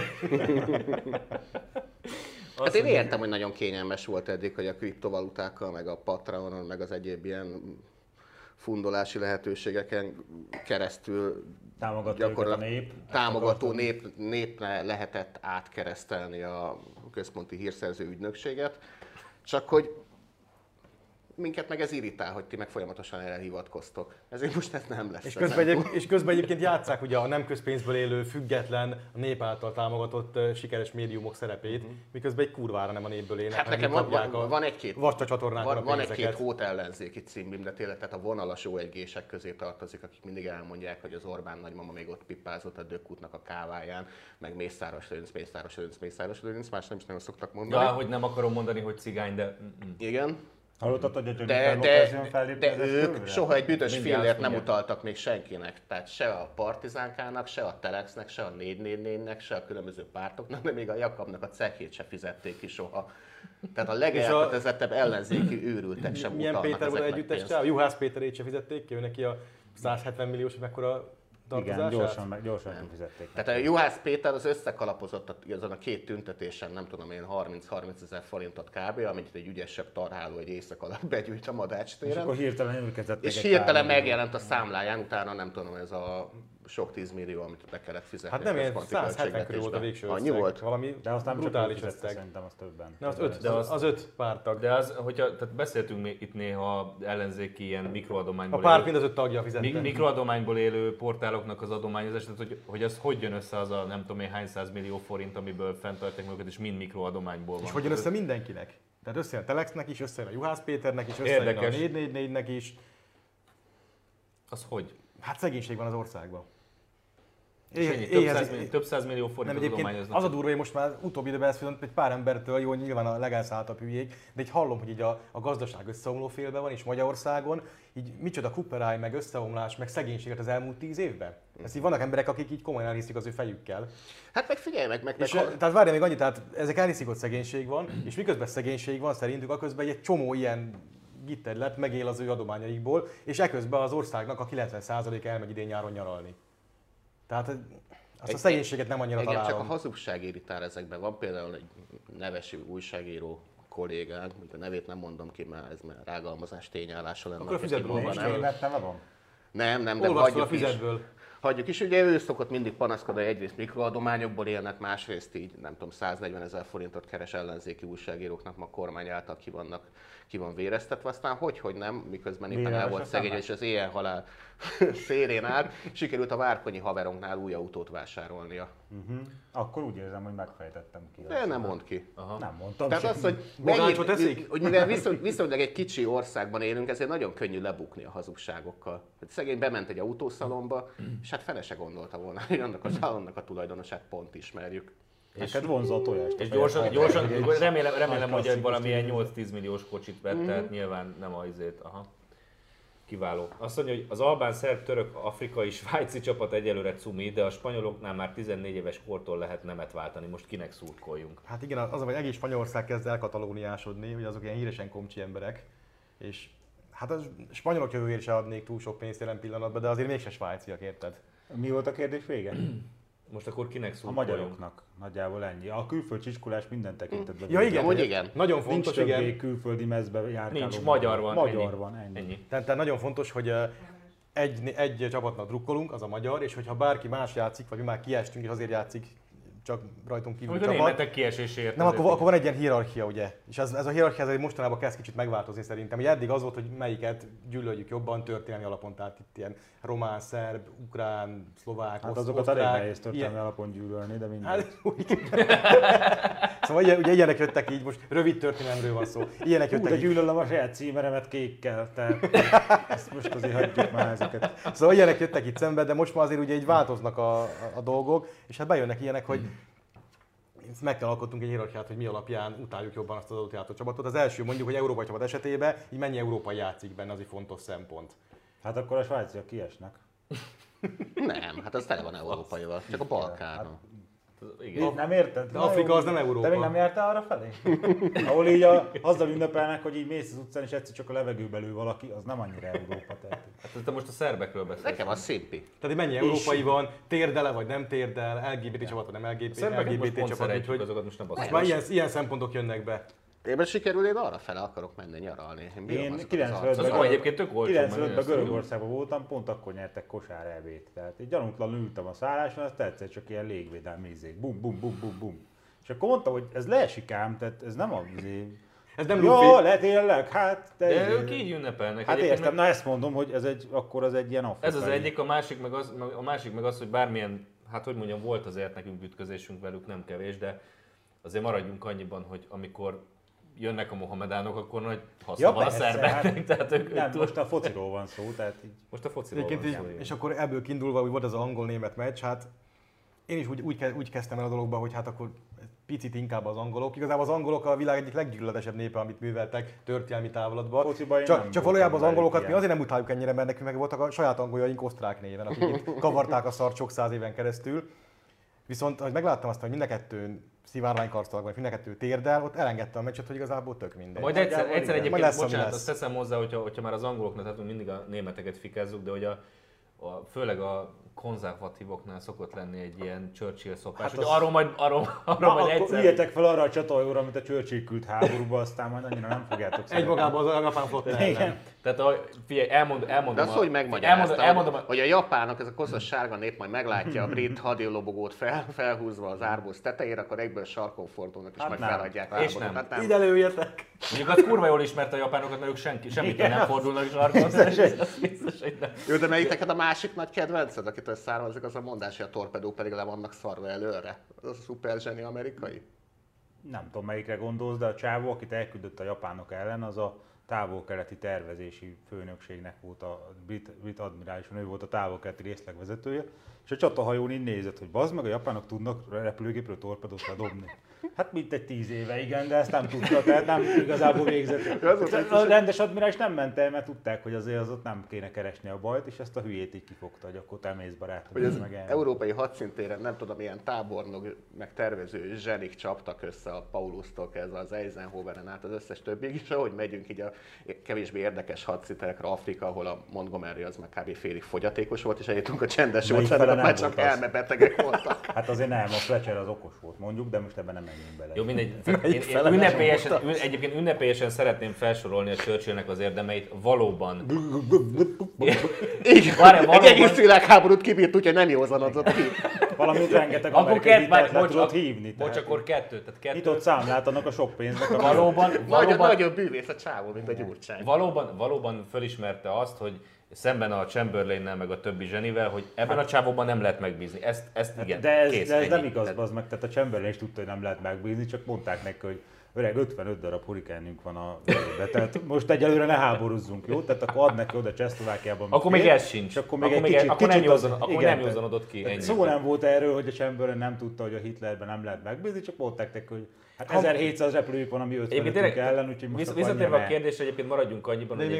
Hát én értem, hogy nagyon kényelmes volt eddig, hogy a kriptovalutákkal, meg a Patreonon, meg az egyéb ilyen fundolási lehetőségeken keresztül támogató népre lehetett átkeresztelni a központi hírszerző ügynökséget. Csak hogy minket meg ez irritál, hogy ti meg folyamatosan erre hivatkoztok. Ezért most ez nem lesz. És közben egyébként játsszák ugye a nem közpénzből élő, független, a nép által támogatott sikeres médiumok szerepét, miközben egy kurvára nem a népből élnek. Hát nekem van egy-két van egy-két hót ellenzéki címim, de tényleg tehát a vonalas O1G-sek közé tartozik, akik mindig elmondják, hogy az Orbán nagymama még ott pipázott a Dökkútnak a káváján, meg Mészáros Lőrinc, más nem is nagyon szoktak mondani. Ja, hogy nem akarom mondani, hogy cigány, de... Igen. Hallottad, hogy a Jennifer Lopez-en fellépni? De ők soha egy büdös fillért nem utaltak még senkinek. Tehát se a Partizánkának, se a Telexnek, se a 444-nek, se a különböző pártoknak, de még a Jakabnak a cehét se fizették ki soha. Tehát a legelkötelezettebb ellenzéki őrültek sem utalnak ezeknek. Milyen Péter volt együttesre? A Juhász Péterét se fizették ki, ő neki a 170 milliós, mekkora tartozását? Igen, gyorsan fizették. Tehát a Juhász Péter az összekalapozott azon a két tüntetésen, nem tudom én, 30 ezer forintot kb., amit egy ügyesebb tarháló egy éjszak alatt begyűjt a Madács téren. És akkor hirtelen elkezdett. És hirtelen megjelent a számláján, utána nem tudom, ez a sok 10 millió, amit be kellett fizetni. Hát nem ilyen 170 körül volt a végső összeg. Annyi volt? Valami de azt nem brutális összeg. Szerintem az többen. Ne, az 5 pártag. De az, hogyha tehát beszéltünk itt néha ellenzéki ilyen mikroadományból a párt mind az 5 tagja fizette. Mikroadományból élő portáloknak az adományozás, tehát hogy az hogy jön össze az a nem tudom én hány 100 millió forint, amiből fenntartják magukat, és mind mikroadományból van. És hogy jön össze mindenkinek? Tehát összejön a Telexnek is, összejön a Juhász Péternek is, összejön a 444-nek is. Az hogy? Hát szegénység van az országban. Több százmillió forintot adományoznak. Az a durva, hogy most már utóbbi időben ezt egy pár embertől, jó, nyilván a legelszálltabb hülyék, de így hallom, hogy így a gazdaság összeomló félben van, és Magyarországon így micsoda kuperáj, meg összeomlás, meg szegénységet az elmúlt 10 évben. Ezt így vannak emberek, akik így komolyan elhiszik az ő fejükkel. Hát meg figyelj meg. Tehát várjál még annyit, tehát ezek elhiszik, hogy szegénység van, és miközben szegénység van, szerintük aközben egy csomó ilyen gitterlet megél az ő adományaikból, és eközben az országnak a 90% elmegy idén nyáron nyaralni. Tehát azt a szegénységet nem annyira találom. Csak a hazugság irritál ezekben. Van például egy neves újságíró kollégánk, a nevét nem mondom ki, mert ez már rágalmazás tényállása lenne. Akkor a füzetből nem, de hagyjuk is. Hagyjuk is, ugye ő szokott mindig panaszkodni, hogy egyrészt mikroadományokból élnek, másrészt így, nem tudom, 140 000 forintot keres ellenzéki újságíróknak, ma a kormány által ki van véreztetve, aztán hogy nem, miközben éppen el volt szegény, és az éjjel-halál szélén állt, sikerült a várkonyi haverunknál új autót vásárolnia. Akkor úgy érzem, hogy megfejtettem ki. De nem mondd ki. Aha. Nem mondtam. Tehát az, hogy mivel viszonylag egy kicsi országban élünk, ezért nagyon könnyű lebukni a hazugságokkal. Szegény bement egy autószalomba, és hát fele se gondolta volna, hogy annak a salonnak a tulajdonosát pont ismerjük. Neked vonzza a tojást. És gyorsan remélem hogy valamilyen 8-10 milliós kocsit vett, tehát nyilván nem a izét. Aha. Kiváló. Azt mondja, hogy az albán, szerb, török, afrikai, svájci csapat egyelőre cumi, de a spanyoloknál már 14 éves kortól lehet nemet váltani. Most kinek szurkoljunk? Hát igen, az, hogy egész Spanyolország kezd el katalóniásodni, hogy azok ilyen híresen komcsi emberek. És hát a spanyolok jövőért se adnék túl sok pénzt jelen pillanatban, de azért mégse svájciak, érted? Mi volt a kérdés vége? Most akkor kinek szurkoljunk? A magyaroknak nagyjából ennyi. A külföld csiskolás minden tekintetben. Ja igen, hogy igen. Nagyon fontos, nincs többé külföldi mezbe járkáló. Nincs, magyar van, ennyi. Tehát nagyon fontos, hogy egy csapatnak drukkolunk, az a magyar, és hogyha bárki más játszik, vagy mi már kiestünk, és azért játszik csak rajtunk kívül csapat. A németek kieséséért. Nem, akkor van egy ilyen hierarchia, ugye? És ez a hierarchia ez mostanában kezd kicsit megváltozni szerintem. Ugye eddig az volt, hogy melyiket gyűlöljük jobban történelmi alapon, tehát itt ilyen román, szerb, ukrán, szlovák, hát azokat elég nehéz történelmi alapon gyűlölni, de mindegy. Hát, szóval ugye ilyenek jöttek így, most rövid történelemről van szó. Ilyenek jöttek de gyűlölöm a saját címeremet kékkel, tehát ezt most azért hagyjuk már ezeket. Szóval ilyenek jöttek itt szembe, de most már azért ugye így változnak a dolgok, és hát bejönnek ilyenek, hogy meg kell alkotnunk egy hierarchiát, hogy mi alapján utáljuk jobban azt az adott játszócsapatot. Az első mondjuk, hogy európai csapat esetében így mennyi európai játszik benne, az egy fontos szempont. Hát akkor a svájciak kiesnek. Nem, hát az tele van európaival, csak a Balkánon. Igen. Nem érted? De Afrika az nem Európa. Te még nem jártál arra felé? Ahol így azzal ünnepelnek, hogy így mész az utcán és egyszer csak a levegőbe lő valaki, az nem annyira Európa. Tehát. Hát te most a szerbekről beszélsz. Nekem az szimpi. Tehát mennyi európai van, térdele vagy nem térdel, LGBT csapat vagy nem LGBT csapat, úgyhogy azokat most nem most már ilyen szempontok jönnek be. Én sikerül, én arra fele akarok menni nyaralni. Én 95-ben Görögországban voltam, pont akkor nyertek kosár EB-t. Tehát így gyanútlanul ültem a szálláson, azt tetszett, csak ilyen légvédelmi izék. Bum, bum, bum, bum, bum. És akkor mondta, hogy ez leesik ám, tehát ez nem a izé. Ez nem jó, le tényleg, hát... De ők így ünnepelnek. Hát értem, na ezt mondom, hogy akkor az egy ilyen afrikai. Ez az egyik, a másik meg az, hogy bármilyen, hát hogy mondjam, volt azért nekünk ütközésünk velük, nem kevés, de azért maradjunk annyiban, hogy amikor jönnek a mohamedánok, akkor nagy haszna van a szerbeknek. Tehát nem, most a fociról van szó, tehát így. Most a fociról van szó. És akkor ebből kiindulva, hogy volt az angol-német meccs, hát én is úgy kezdtem el a dologba, hogy hát akkor picit inkább az angolok. Igazából az angolok a világ egyik leggyűlöletesebb népe, amit műveltek történelmi távlatban. Csak valójában az angolokat mi azért nem utáljuk ennyire, mert nekünk meg voltak a saját angoljaink osztrák néven, akik itt kavarták a szart sok száz éven keresztül. Viszont, ahogy megláttam azt, hogy mind a kettőn szivárványkarcolak, vagy mind a kettő térdel, ott elengedte a meccset, hogy igazából tök mindegy. Majd egyszer egyébként, bocsánat, azt teszem hozzá, hogyha már az angoloknak, tehát mindig a németeket fikázzuk, de hogy főleg a konzervatívoknál szokott lenni egy ilyen Churchill szokás, hát hogy arról majd egyszer... Üljetek fel arra a csatajóra, amit a Churchill küld háborúba, aztán majd annyira nem fogjátok szeretni. Egymagában az a japán flotta ellen. Tehát figyelj, elmondom... De azt, hogy megmagyaráztam, hogy a japánok, ez a koszos sárga nép majd meglátja a brit hadilobogót felhúzva az árboz tetejére, akkor egyből sarkon fordulnak és majd feladják a háborút. Hát ide lőjetek! Mondjuk az kurva jól ismerte a japánokat, mert ők semmit nem fordulnak sarkon. Biztos, hogy nem. Jó, de melyik neked a másik nagy kedvenced, akitől származik az a mondás, hogy a torpedók pedig le vannak szarva előre? Az a szuper zseni amerikai? Nem tudom, melyikre gondolsz, de a csávó, akit elküldött a japánok ellen, az a távol-keleti tervezési főnökségnek volt a brit admirálison, ő volt a távol-keleti részlegvezetője, és a csatahajón így nézett, hogy bazd meg, a japánok tudnak repülőgépről torpedót ledobni. Hát mintegy 10 éve, igen, de ezt nem tudta, tehát nem igazából végzett. A rendes admirális nem ment el, mert tudták, hogy azért az ott nem kéne keresni a bajt, és ezt a hülyét így kifogta, hogy akkor te mész barátom. Hogy az európai hadszintéren nem tudom, milyen tábornok, meg tervező zsenik csaptak össze a Paulusztól kezdve az Eisenhoweren át az összes többig, és ahogy megyünk így a kevésbé érdekes hadszinterekre, Afrika, ahol a Montgomery az meg kb. Félig fogyatékos volt, és eljutunk a csendes óceánra, már csak elmebetegek voltak. Hát azért nem, a Fletcher az okos volt mondjuk, de most ebben nem menjünk bele. Jó, mindegy. Egyébként ünnepélyesen szeretném felsorolni a Churchillnek az érdemeit. Valóban. Egy egész világháborút kibírt, úgyhogy nem józanodzott ki. Valamint rengeteg amerikai hitelt le tudott hívni. Bocs, akkor kettő. Nyitott számlát annak a sok pénznek. Nagyobb bűvész a csávó, mint a Gyurcsány. Valóban fölismerte azt, hogy szemben a Chamberlainnel meg a többi zsenivel, hogy ebben a csávóban nem lehet megbízni. Ezt igen, de ez nem igaz, az meg, tehát a Chamberlain is tudta, hogy nem lehet megbízni, csak mondták neki, hogy öreg, 55 darab hurikánünk van a völgybe, tehát most egyelőre ne háborúzzunk, jó? Tehát akkor add neki oda Csehszlovákiában. Akkor még ez sincs. Akkor nem józanodott ki. Szó nem volt erről, hogy a Chamberlain nem tudta, hogy a Hitlerben nem lehet megbízni, csak mondták neki, hogy hát 1700 repülőjük van, ami 55 ellen, úgyhogy most visszatérve a kérdésre, egyébként maradjunk annyiban, hogy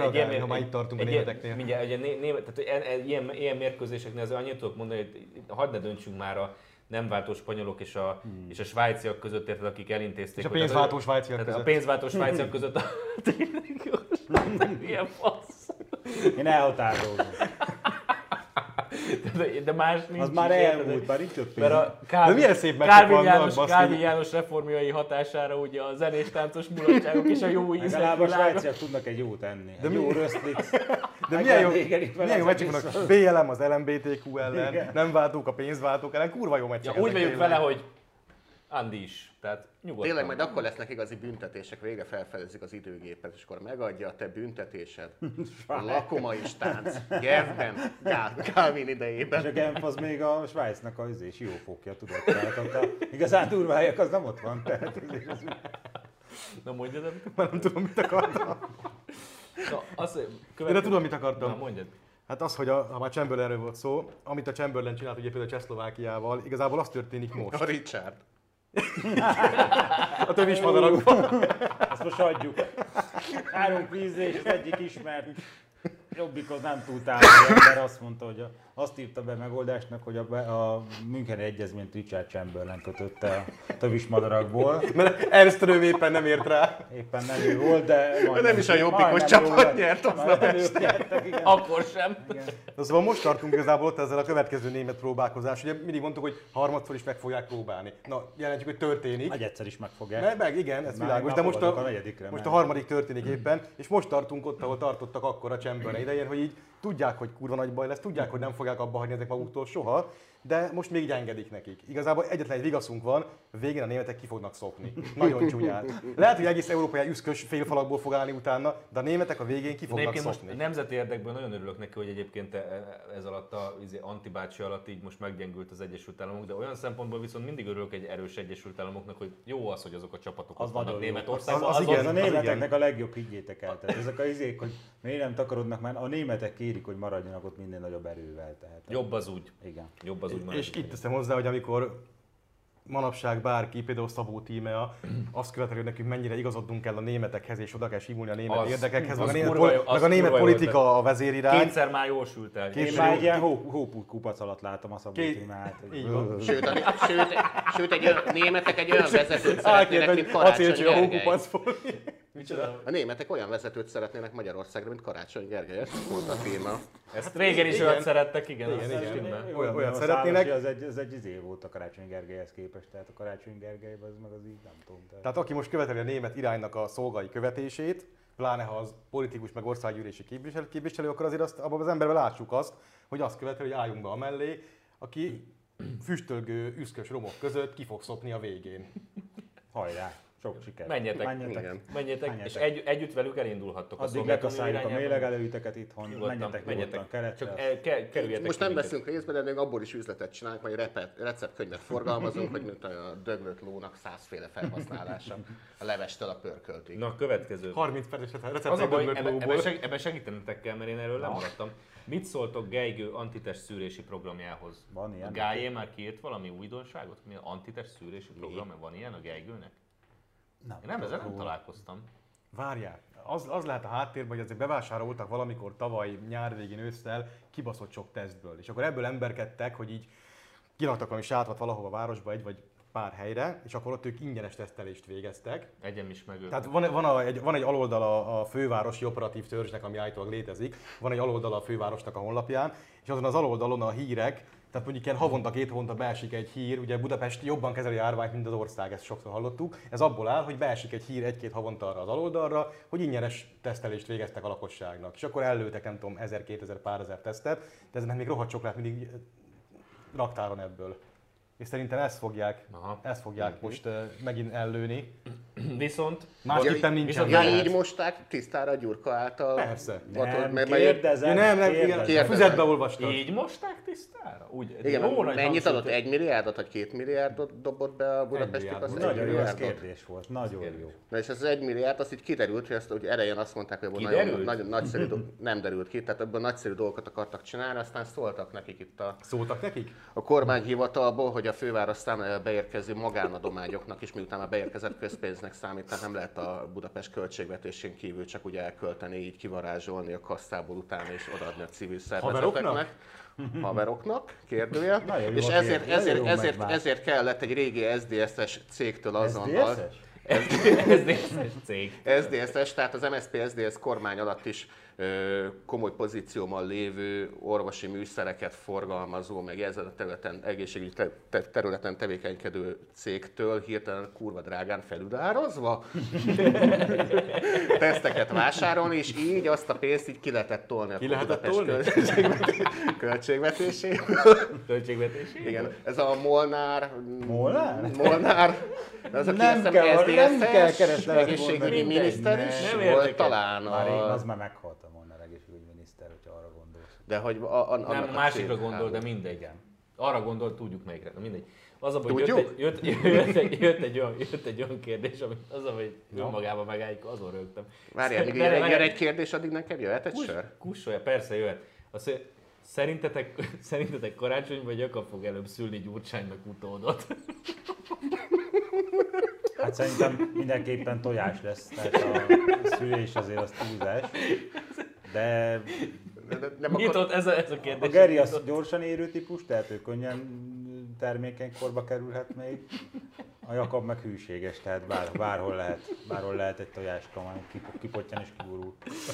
ilyen mérkőzéseknél azért annyit tudok mondani, hogy hagyd ne döntsünk már a nem váltó spanyolok és a svájciak között, érted, akik elintézték. És a pénzváltó svájciak között. A pénzváltó svájciak között. Ilyen fasz. Én elhatárolom. De más nincs. Az már elmúlt, már nincs ott pénz. De milyen szép meccsek vannak, Kálvin János reformjai hatására ugye a zenés-táncos mulatságok és a jó ízek. Legalább a svájciak tudnak egy jót enni. Egy jó röszlit. De milyen jó meccsek vannak. BLM az LMBTQ ellen, nem váltók a pénzváltók ellen, kurva jó meccsek. Úgy vagyunk vele, hogy Andi is, tehát nyugodtan. Tényleg majd akkor lesznek igazi büntetések, végre felfedezik az időgépet, és akkor megadja a te büntetésed. A lakomai stánc, Genfben, Calvin idejében. És a Genf az még a Svájcnak az siófókja, tudod. Tehát a igazán durvájak az nem ott van. Tehát, na mondjad, már nem tudom, mit akartam. De tudom, mit akartam. Na mondjad. Hát az, hogy ha már Chamberlainről volt szó, amit a Chamberlain csinált ugye például Csehszlovákiával, igazából az történik most. A Richard. A tövis madarakban. Ezt most adjuk. 3 vízés, az egyik ismert Jobbikhoz nem túl távol, mert azt mondta, hogy azt írta be megoldásnak, hogy a Müncheni Egyezményt Richard Chamberlain kötötte a tövis madarakból. Mert Ernström éppen nem ért rá. Éppen nem ő volt, de nem is a Jobbikos csapat nyert Akkor sem. De szóval most tartunk igazából ott ezzel a következő német próbálkozás. Ugye mindig mondtuk, hogy harmadszor is meg fogják próbálni. Na, jelentjük, hogy történik. Egy egyszer is meg fogják. Meg igen, ez világos, de most a harmadik történik éppen, és most tartunk ott, ahol tartottak akkor a Chamberlain idején, hogy így tudják, hogy kurva nagy baj lesz, tudják, hogy nem fogják abba hagyni ezek maguktól soha, de most még így engedik nekik. Igazából egyetlen egy vigaszunk van, végén a németek ki fognak szopni. Nagyon csúnyán. Lehet, hogy egész Európa üszkös félfalakból fog állni utána, de a németek a végén ki fognak szopni. Most nemzeti érdekből nagyon örülök neki, hogy egyébként ez alatt az antibácsi alatt így most meggyengült az Egyesült Államok, de olyan szempontból viszont mindig örülök egy erős Egyesült Államoknak, hogy jó az, hogy azok a csapatok ott vannak Németországban. Az a németeknek a legjobb, higgyétek el. Tehát ezek a izék, hogy miért nem takarodnak már, a németek kérik, hogy maradjanak ott minél nagyobb erővel. Tehát jobb az úgy. Igen. Jobb az úgy. És itt teszem hozzá, hogy amikor manapság bárki, például Szabó Tímea, azt követeli, hogy nekünk mennyire igazodnunk kell a németekhez, és oda kell simulni a német érdekekhez, meg a német politika a vezérirány. Kétszer már jól sült el. Én már egy ilyen hókupac alatt látom a Szabó Tímeát. Sőt, németek egy olyan vezetőt szeretnének, mint Karácsony Gergely. A németek olyan vezetőt szeretnének Magyarországra, mint Karácsony Gergely. Ezt mondta a Tímea. Ezt régen is olyat szerettek, igen. Olyat szeretnének. Ez egy izé volt a Karácsony Gergelyhez képest, tehát a Karácsony Gergelyben az meg az így nem tudom. Tehát aki most követeli a német iránynak a szolgai követését, pláne ha az politikus meg országgyűlési képviselő, akkor azért azt, abban az emberben lássuk azt, hogy azt követeli, hogy álljunk be amellé, aki füstölgő, üszkös romok között ki fog szopni a végén. Hajrá! Sok siker. Menjetek, és együtt velük elindulhattok. Addig lekaszáljuk a mélegelőiteket itthon, menjetek nyugodtan keletre. Kerüljetek. Most nem veszünk részbe, de még abból is üzletet csinálunk, vagy receptkönyvet forgalmazunk, hogy mint a döglött lónak 100 féle felhasználása a levestől a pörköltig. Na, a következő. 30 perces recept az a baj, ebben segítenetek kell, mert én erről nem maradtam. Mit szóltok Geigő antitest szűrési programjához? Van ilyen? A Gályé már kiírt valami újdonságot? Mi az antitest szűrési program? Van ilyen a Geigőnek? Ezzel nem találkoztam. Várjál, az lehet a háttérben, hogy azért bevásároltak valamikor tavaly nyár végén ősszel kibaszott sok tesztből. És akkor ebből emberkedtek, hogy így kiraktak valami sátrat valahova a városba egy vagy pár helyre, és akkor ott ők ingyenes tesztelést végeztek. Egyem is meg ők. Tehát van egy aloldala a fővárosi operatív törzsnek, ami állítólag létezik, van egy aloldala a fővárosnak a honlapján, és azon az aloldalon a hírek, tehát mondjuk ilyen havonta, 2 havonta beesik egy hír, ugye Budapest jobban kezeli a járványt, mint az ország, ezt sokszor hallottuk. Ez abból áll, hogy beesik egy hír 1-2 havonta arra az aloldalra, hogy ingyenes tesztelést végeztek a lakosságnak. És akkor ellőtek, nem tudom, 1000-2000 pár ezer tesztet, de ezen még rohadt sok lehet mindig raktáron ebből. És szerintem ezt fogják most megint ellőni. Viszont másképpen nincsen. Így mosták tisztára a Gyurka által? Persze. Kérdezem. Füzetbe olvastam. Így mosták tisztára? Igen, mennyit adott? 1 milliárdot vagy 2 milliárdot dobott be a budapesti kasszába? Nagyon jó, ez kérdés volt. Nagyon jó. Na és ez az 1 milliárd, azt így kiderült, hogy ezt ugye elején azt mondták, hogy nagyon nagyszerű, nem derült ki, tehát ebből nagyszerű dolgokat akartak csinálni, aztán szóltak nekik itt Szóltak nekik? A kormányhivatalból, hogy a főváros számára beérkező magánadományoknak is, miután a beérkezett közpénznek számít, tehát nem lehet a Budapest költségvetésén kívül csak ugye elkölteni, így kivarázsolni a kasszából utána és odaadni a civil szervezeteknek. Haveroknak, kérdője. És ezért kellett egy régi SZDSZ-es cégtől azonnal. SZDSZ-es cég. SZDSZ-es, tehát az MSZP SZDSZ kormány alatt is komoly pozícióban lévő orvosi műszereket forgalmazó, meg ezen a területen, egészségügyi területen tevékenykedő cégtől hirtelen kurva drágán felülározva teszteket vásárolni, és így azt a pénzt így ki lehetett tolni a Budapest költségvetéséből. Igen, ez a Molnár? Ez a nem kell keresni egészségügyi miniszter is volt talán. Az már meghalt a Molnár egészségügyminiszter, hogyha arra gondolsz. De hogy nem, másikra gondol, de mindegy. Arra gondol, tudjuk melyikre, de mindegy. Az a baj, hogy jött egy olyan kérdés, ami az a, hogy önmagában megálljuk, azon rögtem. Várjál, még jön egy kérdés, addig neked jöhet egy sör? Kussolja, persze jöhet. Szerintetek Karácsony vagy Jakab fog előbb szülni Gyurcsánynak utódot? Hát szerintem mindenképpen tojás lesz, tehát a szülés azért az túlzás. De Nyitott, ez a kérdés. A Geri az gyorsan érő típus, tehát ő könnyen termékeny korba kerülhet még. A Jakab meg hűséges, tehát bárhol lehet egy tojáska, majd kipottyan és kigurul.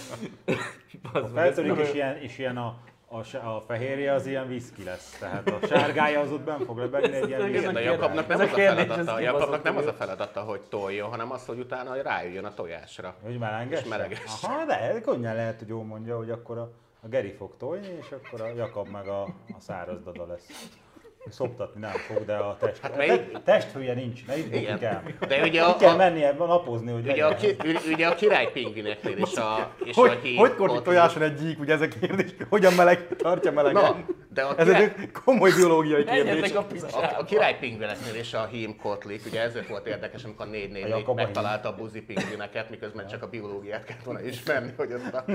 A feltörik és ilyen a fehérje az ilyen viszki lesz, tehát a sárgája az ott benn fog lebegni egy ilyen... Igen, a Jakabnak nem az a feladata, hogy toljon, hanem az, hogy utána rájöjjön a tojásra. Hogy melengesse? Aha, de könnyen lehet, hogy jól mondja, hogy akkor a Geri fog tojni, és akkor a Jakab meg a száraz dada lesz. Szoptatni nem fog, de a testhője nincs, ne itt kell. De ugye kell mennie napozni, hogy ugye a király pingvineknél is hogy korni tojáson egy gyík, ugye ez a kérdés, hogyan tartja melegen? Ez egy komoly biológiai kérdés. A király pingvineknél is a hím kotlik, ugye ezért volt érdekes, amikor a 444 megtalálta a buzi pingvineket, miközben csak a biológiát kellett volna ismerni, hogy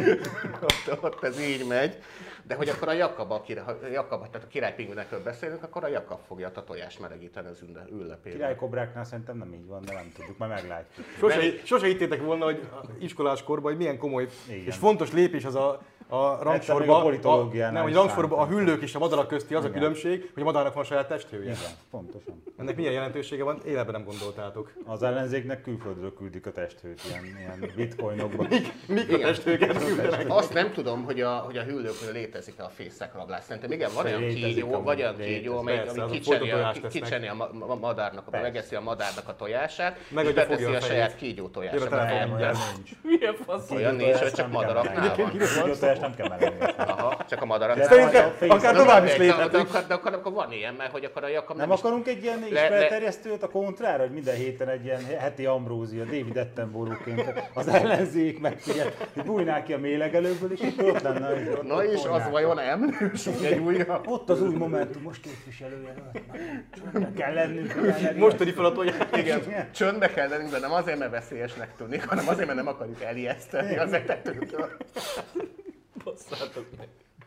ott ez így megy. De hogy akkor a Jakab, tehát a király pingvinekről beszélünk, akkor a Jakab fogja a tojást melegíteni az üllepében. Király kobráknál szerintem nem így van, de nem tudjuk, majd meglátjuk. Sose hittétek volna, hogy iskolás korban, hogy milyen komoly és fontos lépés az a rangsorban, a hüllők és a madarak közti az a különbség, hogy a madarnak van saját testhője. Igen, pontosan. Ennek milyen jelentősége van? Életben nem gondoltátok. Az ellenzéknek külföldről küldik a testhőt, ilyen bitcoinokban. Mik a testhőket küldenek? Azt nem tudom, hogy a hüllőkről létezik a fészekrablás. Szerintem igen, van olyan kígyó, ami kicseni a madárnak, megeszi a madárnak a tojását, és beteszi a saját kígyó tojását. Milyen fasz? Olyan nincs, hogy csak madaraknál van. Nem kell megenni. Aha, csak a madarak. Szerintem akár tovább is léphetünk. De akkor van ilyen, mert hogy akkor a Jakab nem akarunk egy ilyen ismeretterjesztőt a kontrára, hogy minden héten egy ilyen heti Ambrózia, David Attenborough-ként az ellenzék megfigyel, hogy bújnál ki a mélegelőből, és itt ott lenne. Na és az vajon emlősünk egy újra? Ott az új Momentumos képviselője. Csöndbe kell lennünk. Mostani feladója. Igen, csöndbe kell lennünk, de nem azért, mert veszélyesnek tűnik, hanem azért, mert nem akarjuk elijeszteni az etetőtől. Basszátok meg.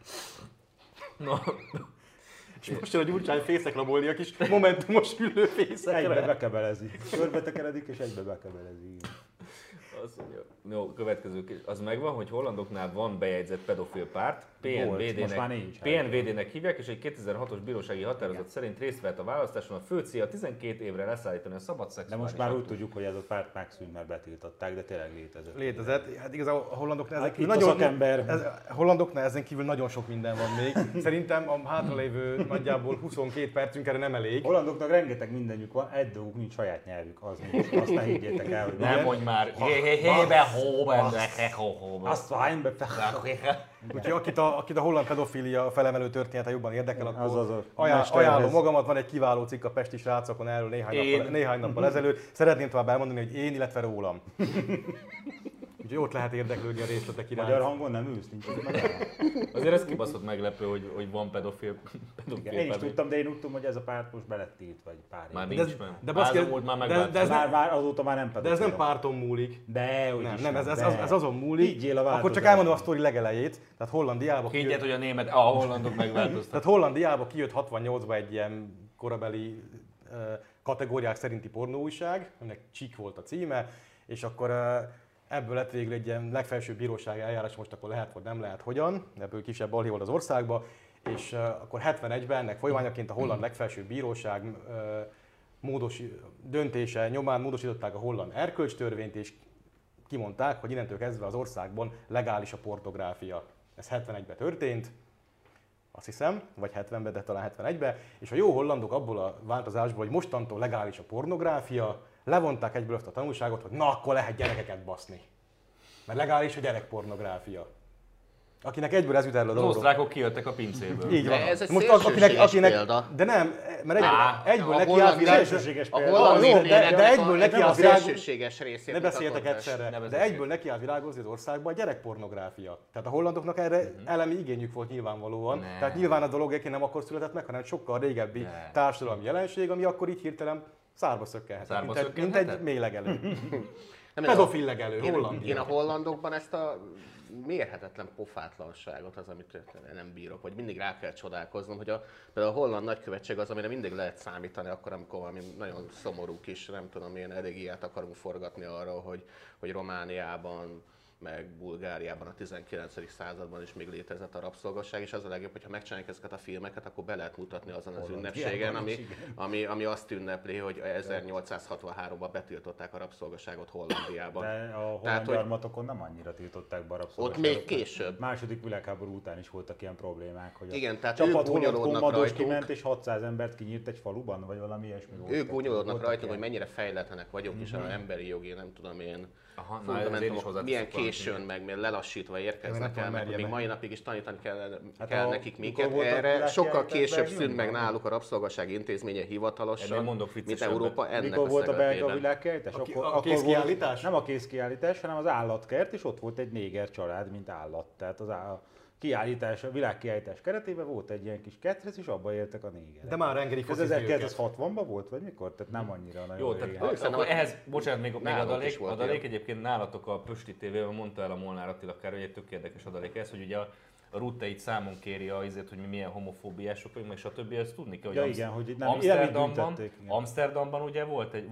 No. És most jön a Gyurcsány fészekramolni a kis momentumos hüllőfészekre. Egybe bekebelezi. Körbe tekeredik és egybe bekebelezi. Azt mondja. Jó, következő kérdés. Az megvan, hogy hollandoknál van bejegyzett pedofil párt, PNVD-nek hívják, és egy 2006-os bírósági határozat szerint részt vett a választáson. A fő célja 12 évre leszállítani a szabad szexuális. De most már úgy tudjuk, hogy ez a párt megszűnt, mert betiltották, de tényleg létezett. Létezett. Hát igazából a hollandoknál ezen kívül hollandoknál ezen kívül nagyon sok minden van még. Szerintem a hátralévő nagyjából 22 percünk erre nem elég. Hollandoknak rengeteg mindenük van, egy dolguk nincs, saját nyelvük, az nincs. Azt ne higgyétek el, hogy nem mondj már. Úgyhogy akit a holland pedofília felemelő története jobban érdekel, akkor ajánlom magamat, van egy kiváló cikk a pesti srácokon erről néhány nappal ezelőtt. Szeretném tovább elmondani, hogy én, illetve rólam. Úgyhogy ott lehet érdeklődni a részletek iránt. Magyar hangon nem ülsz, nincs azért ez kibaszott meglepő, hogy van pedofil. Én is tudtam, de én úgy tudom, hogy ez a párt most belettilt, vagy pár év. Már nincs meg. Már azóta már nem pedofil. De ez nem párton múlik. Nem, ez azon múlik. Akkor csak elmondom a sztori legelejét. Tehát Hollandiába kijött, hogy a hollandok megváltoztak. Tehát Hollandiába kijött 68-ban egy ilyen korabeli kategóriák szerinti pornóújság, aminek Csik volt a címe, és akkor ebből lett végül egy ilyen legfelsőbb bírósági eljárás, most akkor lehet, vagy nem lehet, hogyan, ebből kisebb balhé volt az országban, és akkor 71-ben ennek folyamányaként a holland legfelsőbb bíróság döntése nyomán módosították a holland erkölcstörvényt, és kimondták, hogy innentől kezdve az országban legális a pornográfia. Ez 71-ben történt, azt hiszem, vagy 70-ben, de talán 71-ben, és a jó hollandok abból a változásból, hogy mostantól legális a pornográfia, levonták egyből azt a tanulságot, hogy na, akkor lehet gyerekeket baszni. Mert legális a gyerekpornográfia. Akinek egyből ez jut el a dologról. Az osztrákok kijöttek a pincéből. Így van. De ez egy szélsőséges példa. De nem, mert egyből neki állt részét. Ne beszéltek egyszerre, de egyből neki állt virágozni az országban a gyerekpornográfia. Tehát a hollandoknak erre elemi igényük volt nyilvánvalóan. Tehát nyilván a dolog egyébként nem akkor született meg, hanem sokkal régebbi társadalmi jelenség, ami akkor így hirtelen szárba szökkenhet, mint egy mélylegelő. Pedofil legelő, Hollandia. Én a hollandokban ezt a mérhetetlen pofátlanságot az, amit nem bírok, hogy mindig rá kell csodálkoznom, hogy például a holland nagykövetség az, amire mindig lehet számítani, akkor, amikor valami nagyon szomorú kis, nem tudom, milyen elégiát akarunk forgatni arról, hogy Romániában meg Bulgáriában a 19. században is még létezett a rabszolgasság, és az a legjobb, hogyha megcsinálják ezeket a filmeket, akkor be lehet mutatni azon az ünnepségen, ami azt ünnepli, hogy 1863-ban betiltották a rabszolgaságot Hollandiában. De a holland gyarmatokon nem annyira tiltották be a rabszolgaságot. Ott még később. Második világháború után is voltak ilyen problémák, hogy igen, tehát csapat holland kiment és 600 embert kinyírt egy faluban, vagy valami ilyesmi volt. Ők gúnyolódnak rajtunk, hogy mennyire fejletlenek vagyunk, és az emberi jogi, nem tudom én, milyen későn, meg lelassítva érkeznek el, meg még mai napig is tanítani kell nekik minket. Erre sokkal később szűnt meg náluk a rabszolgaság intézménye hivatalosan, mint Európa ennek mikor volt a belga világkiállítás? A kézkiállítás? Nem a kézkiállítás, hanem az állatkert, és ott volt egy néger család, mint állat. Tehát a világkiállítás keretében volt egy ilyen kis kettrec, és abban éltek a négerek. De már rengedik ez 1960-ban volt, vagy mikor? Tehát nem annyira nagyon jó, tehát akkor ehhez, bocsánat, még adalék egyébként nálatok a Pösti TV-ben mondta el a Molnár Attila Károly, egy tök érdekes adalék ez, hogy ugye a Rutte itt számon kéri azért, hogy mi milyen homofóbiások vagyunk, meg stb. Ezt tudni kell, hogy Amsterdamban ugye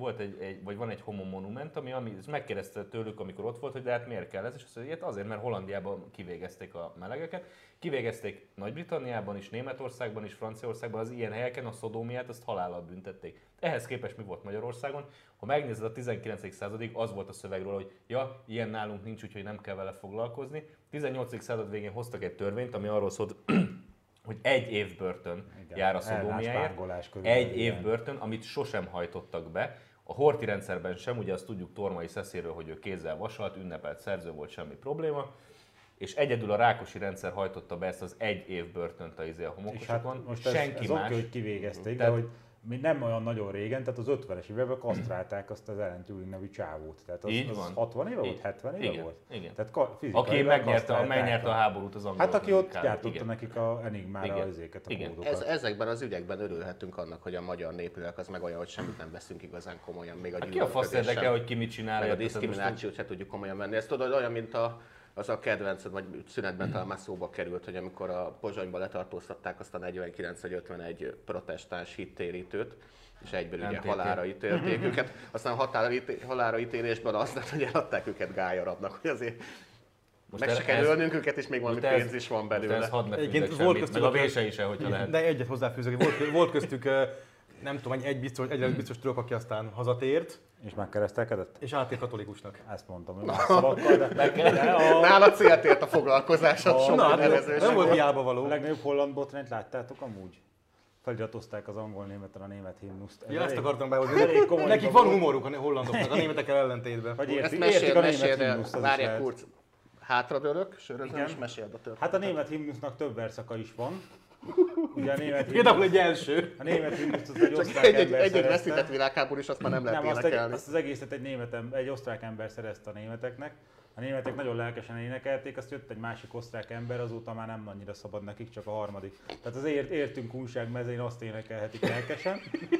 van egy homo monument, ami megkérdezte tőlük, amikor ott volt, hogy de hát miért kell ez, és azt mondja, azért, mert Hollandiában kivégezték a melegeket, kivégezték Nagy-Britanniában is, Németországban is, Franciaországban, az ilyen helyeken a szodómiát azt halállal büntették. Ehhez képest mi volt Magyarországon? Ha megnézed a 19. századig, az volt a szövegről, hogy ja, ilyen nálunk nincs, úgyhogy nem kell vele foglalkozni. 18. század végén hoztak egy törvényt, ami arról szólt, hogy 1 év börtön jár a szodómiáért. 1 év börtön, amit sosem hajtottak be. A Horthy rendszerben sem, ugye azt tudjuk Tormai Szeszéről, hogy ő kézzel vasalt, ünnepelt szerző volt, semmi probléma. És egyedül a Rákosi rendszer hajtotta be ezt az 1 év börtönt a homokosokon. Hát most senki más. Oké, hogy kivégezték, de hogy nem olyan nagyon régen, tehát az 50-es években kasztrálták azt az Alan Turing nevű csávót. Tehát az 60 éve volt, 70 éve volt? Igen. Tehát aki megnyerte a háborút az angolok. Hát aki ott gyártotta nekik a Enigmára ezeket a módokat. Ezekben az ügyekben örülhetünk annak, hogy a magyar népülök az meg olyan, hogy semmit nem veszünk igazán komolyan. Még a ki a fasz érdekel, hogy ki mit csinál? Meg a diszkriminációt se tudjuk komolyan venni. Ez tudod, olyan, mint az a kedvenced, vagy szünetben talán már szóba került, hogy amikor a Pozsonyban letartóztatták azt a 49 vagy 51 protestáns hittérítőt, és egyből ugye halálra ítélték őket. Aztán halálra ítélésben azt lett, hogy eladták őket gályarabnak, hogy azért most meg se kell ölnünk őket, és még valami pénz is van belőle. Ez hadd ne fűzek semmit, meg a vése is, hogyha lehet. De egyet hozzáfűzök, volt köztük nem tudom, egyre biztos tudok, aki aztán hazatért. És megkeresztelkedett? És átért katolikusnak. Ezt mondtam, hogy más szavakkal, de... Nála célt ért a foglalkozásod, sok nevezős. Nem volt hiába való. A legnagyobb holland botrányt láttátok amúgy? Feliratozták az angol-németen a német himnuszt. Ja, ezt akartam behozni. Nekik van humoruk a hollandoknak, a németekkel ellentétben. Ezt meséld, várják Kurz. Hátradőlök, sörözöm, és meséld a történetet. Hát a német himnusznak több verszaka is van. Ugye a német például egy első. A német himnuszt az egy osztrák ember szerezte. Egy veszített világháború is, azt már nem lehet énekelni. Azt az egészet egy osztrák ember szerezte a németeknek. A németek nagyon lelkesen énekelték, azt jött egy másik osztrák ember, azóta már nem annyira szabad nekik, csak a harmadik. Tehát az értünk újságmezőn azt énekelhetik lelkesen.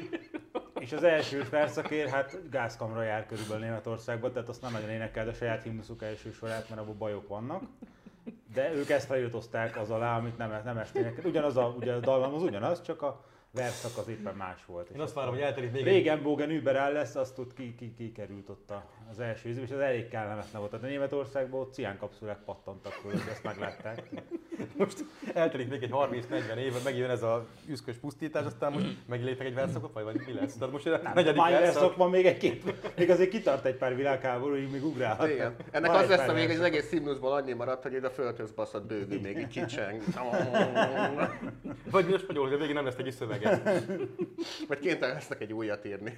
És az első verszakért hát gázkamra jár körülbelül Németországban, tehát azt nem nagyon énekel, de a saját himnuszuk első sorát, mert abban bajok vannak. De ők ezt feliratozták az alá, amit nem ezt énekel. Ugyanaz a dallam az ugyanaz, csak a verszak az éppen más volt. Én azt várom, hogy eltelik még Regenbogen überall lesz, azt ott kikerült ott az első ízű, és az elég kellemetlen volt. Tehát a Németországban ott ciánkapszulák pattantak föl, hogy ezt meglátták. Most eltelik még egy 30-40 év, megjön ez a üszkös pusztítás, aztán most megilépek egy verszakot, vagy mi lesz? Tehát most a negyedik verszak van még egy-két, még azért kitart egy pár világháború, így még ugrálhat. Igen. Ennek az lesz a vége, hogy az egész himnuszból annyi maradt, hogy a földhöz baszott bőgő még így kicseng. Vagy mi a spanyol, hogy a végén nem lesz egy szöveg. Vagy kénytelen lesznek egy újat írni.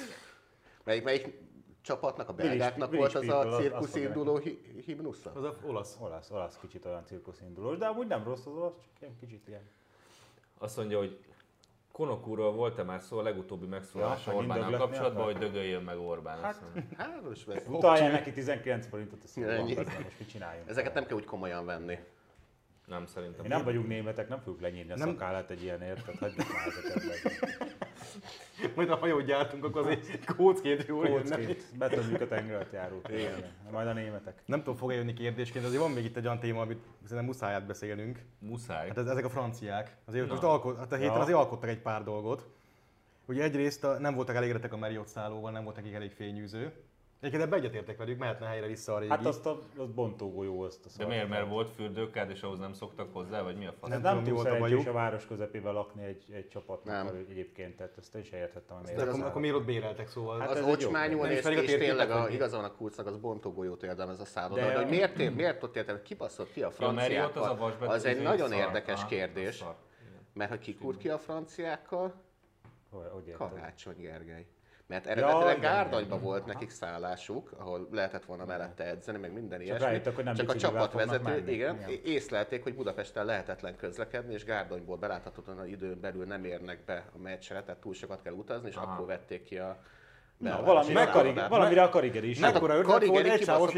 Melyik csapatnak, a belgáknak volt az a cirkuszinduló himnusza? Az olasz kicsit olyan cirkuszindulós, de amúgy nem rossz az olasz, csak ilyen kicsit ilyen. Azt mondja, hogy Konok úrról volt-e már szó a legutóbbi megszólalása Orbánnal kapcsolatban, hogy dögöljön meg Orbán? Hát most vesz. Utalja neki 19 forintot a szívban, most mit csináljunk? Ezeket nem kell úgy komolyan venni. Nem, szerintem. Mi nem vagyunk németek, nem fogjuk lenyírni a szakállát egy ilyenért, tehát hagyjuk már ezeket meg. Majd a hajót gyártunk, akkor azért kócként jól jönne. Betömjük a tengeralattjárót. Majd a németek. Nem tudom, fog jönni kérdésként, de azért van még itt egy olyan téma, amit szerintem muszáj átbeszélnünk. Muszáj? Hát ezek a franciák. Azért most a héten azért alkottak egy pár dolgot. Ugye egyrészt nem voltak elégedettek a Marriott szállóval, nem volt nekik elég fényűző. Egyébként ebben egyetértek velük, mehetne helyre vissza a régi. Hát azt bontógolyó, azt a De miért? Mert volt fürdőkád és ahhoz nem szoktak hozzá, vagy mi a fasz? Nem túl szerencsés a város közepével lakni egy csapatnak egyébként, tehát ezt én sem értettem. Akkor miért ott béreltek, szóval? Hát az ocsmányul és tényleg igazán a kulcnak az bontógolyót érdem ez a szálloda. De hogy miért ott értem, kibaszott ki a franciákkal? Az egy nagyon érdekes kérdés. Mert ha kikúrt ki a franciákkal, Karácsony Gergely. Mert eredetileg Gárdonyban volt nekik szállásuk, ahol lehetett volna mellette edzeni, meg minden ilyesmi. Csak a csapatvezető, igen, észlelték, hogy Budapesten lehetetlen közlekedni, és Gárdonyból beláthatóan az időn belül nem érnek be a meccsre, tehát túl sokat kell utazni, és akkor vették ki a valamire a Kariger is. Mekkora ötlet volt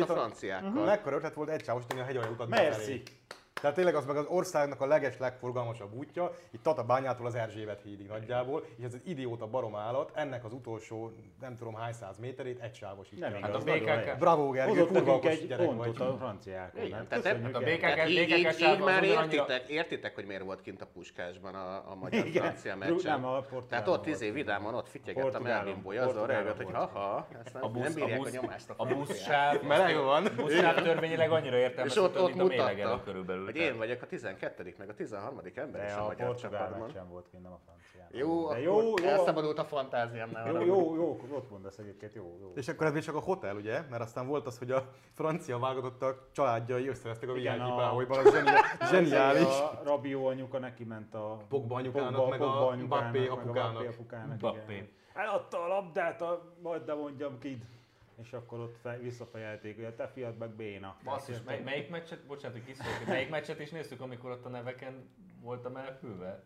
egysávosítani a hegyaljúkat befelé. Tehát tényleg az meg az országnak a legforgalmasabb útja, itt Tatabányától az Erzsébet hídig nagyjából, és ez az idióta barom állat, ennek az utolsó nem tudom hány száz méterét egysávosítja. Nem, hát a BKK... Bravo Gergő, kurva okos gyerek pontot a franciákon. A BKK így már értitek, hogy miért volt kint a Puskásban a magyar-francia meccsen. Tehát ott vidáman ott fityegett a Melvin Boy, azon rögött, hogy haha, nem bírják a nyomást. A buszsáv törvényileg annyira értelmezhető, mint a mélegelő körülbelül. Hogy én vagyok a 12. meg a 13. ember is a magyar csapatban. Sem volt kint, nem a francián. Jó, elszabadult a fantáziám. Jó, ott mondasz egyébként, jó. És akkor ez még csak a hotel, ugye? Mert aztán volt az, hogy a francia válogatottak családjai összereztek a VIP báholyban, az zseniális. A Rabió anyuka neki ment a Pogba anyukának, meg a Mbappé apukának. Eladta a labdát, majd de mondjam ki. És akkor ott visszafejelték, hogy a te fiad meg béna. Basszus, melyik meccset, bocsánat, hogy kiszólok, melyik meccset is néztük, amikor ott a neveken voltam elfülve?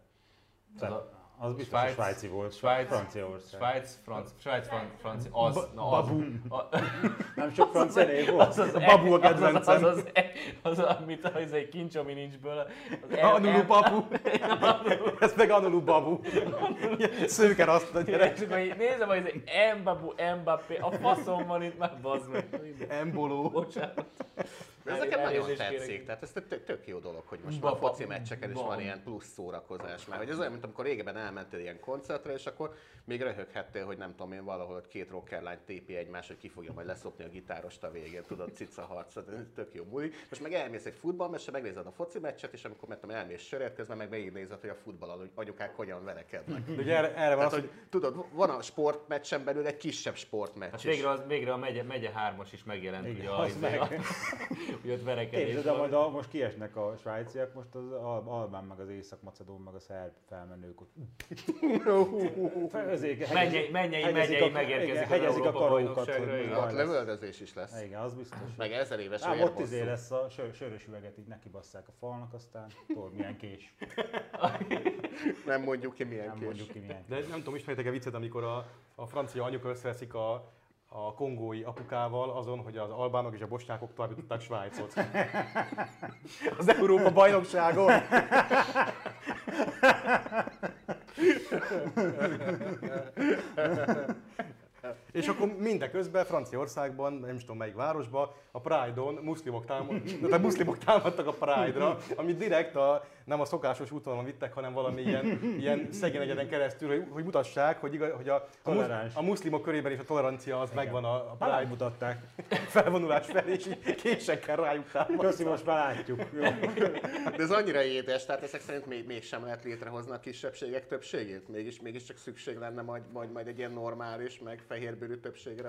Az biztos, hogy svájci volt, Franciaország. Francia, az. Babu. Nem sok francia név volt? A Babu a kedvencem. Az, amit egy kincs, ami nincsből. Anulu Babu. Ez meg Anulu Babu. Szőke azt a gyerek. Nézem, hogy ez Mbabu, Mbappé, a faszom van itt már, bazd meg. Emboló. Bocsánat. De ez nekem nagyon tetszik, tehát ez tök jó dolog, hogy most már a foci meccseken is van ilyen plusz szórakozás. Mert hogy ez olyan, mint amikor régebben elmentél ilyen koncertre, és akkor még röhöghettél, hogy nem tudom én, valahol ott két rockerlány tépi egymást, hogy ki fogja majd leszopni a gitárost a végén, tudod, cica harc, tök jó múlik. Most meg elmész egy futballmeccsre, megnézed a foci meccset, és amikor elmész sörért, közben meg végignézed, hogy a futball anyukák hogyan verekednek. De ugye erre van az, hogy tudod, van a sportmeccsen belül egy kisebb sportmeccs. Hát végre a megye 3-as is megjelent, ugye ott verekedés. De majd most kiesnek a svájciak, most az albán, meg az észak-macedón, meg a szerb felmenők ott. Mennyei megérkezik az Európa-bajnokságra. Ott lövöldözés is lesz. Igen, az biztos. Meg 1000 éves ott lesz a sörös üveget, így nekibasszák a falnak, aztán tudod milyen kés. Nem mondjuk ki milyen kés. De nem tudom, ismeritek-e viccet, amikor a francia anyuka összeveszik a kongói apukával azon, hogy az albánok és a bosnyákok továbbították Svájcot. Az Európa-bajnokságon! És akkor mindeközben Franciaországban, nem tudom melyik városban, a Pride-on muszlimok támadtak a Pride-ra, amit direkt nem a szokásos útvonalon vittek, hanem valami ilyen szegényegyeden keresztül, hogy mutassák, hogy a muszlimok körében is a tolerancia az megvan a Pride mutatták. Felvonulás felé, és így késekkel rájuk támadtak. Köszi, most már látjuk. De ez annyira édes, tehát ezek szerint mégsem lehet létrehozni a kisebbségek többségét? Mégis csak szükség lenne majd egy ilyen normális, meg fehérbőrű többségre,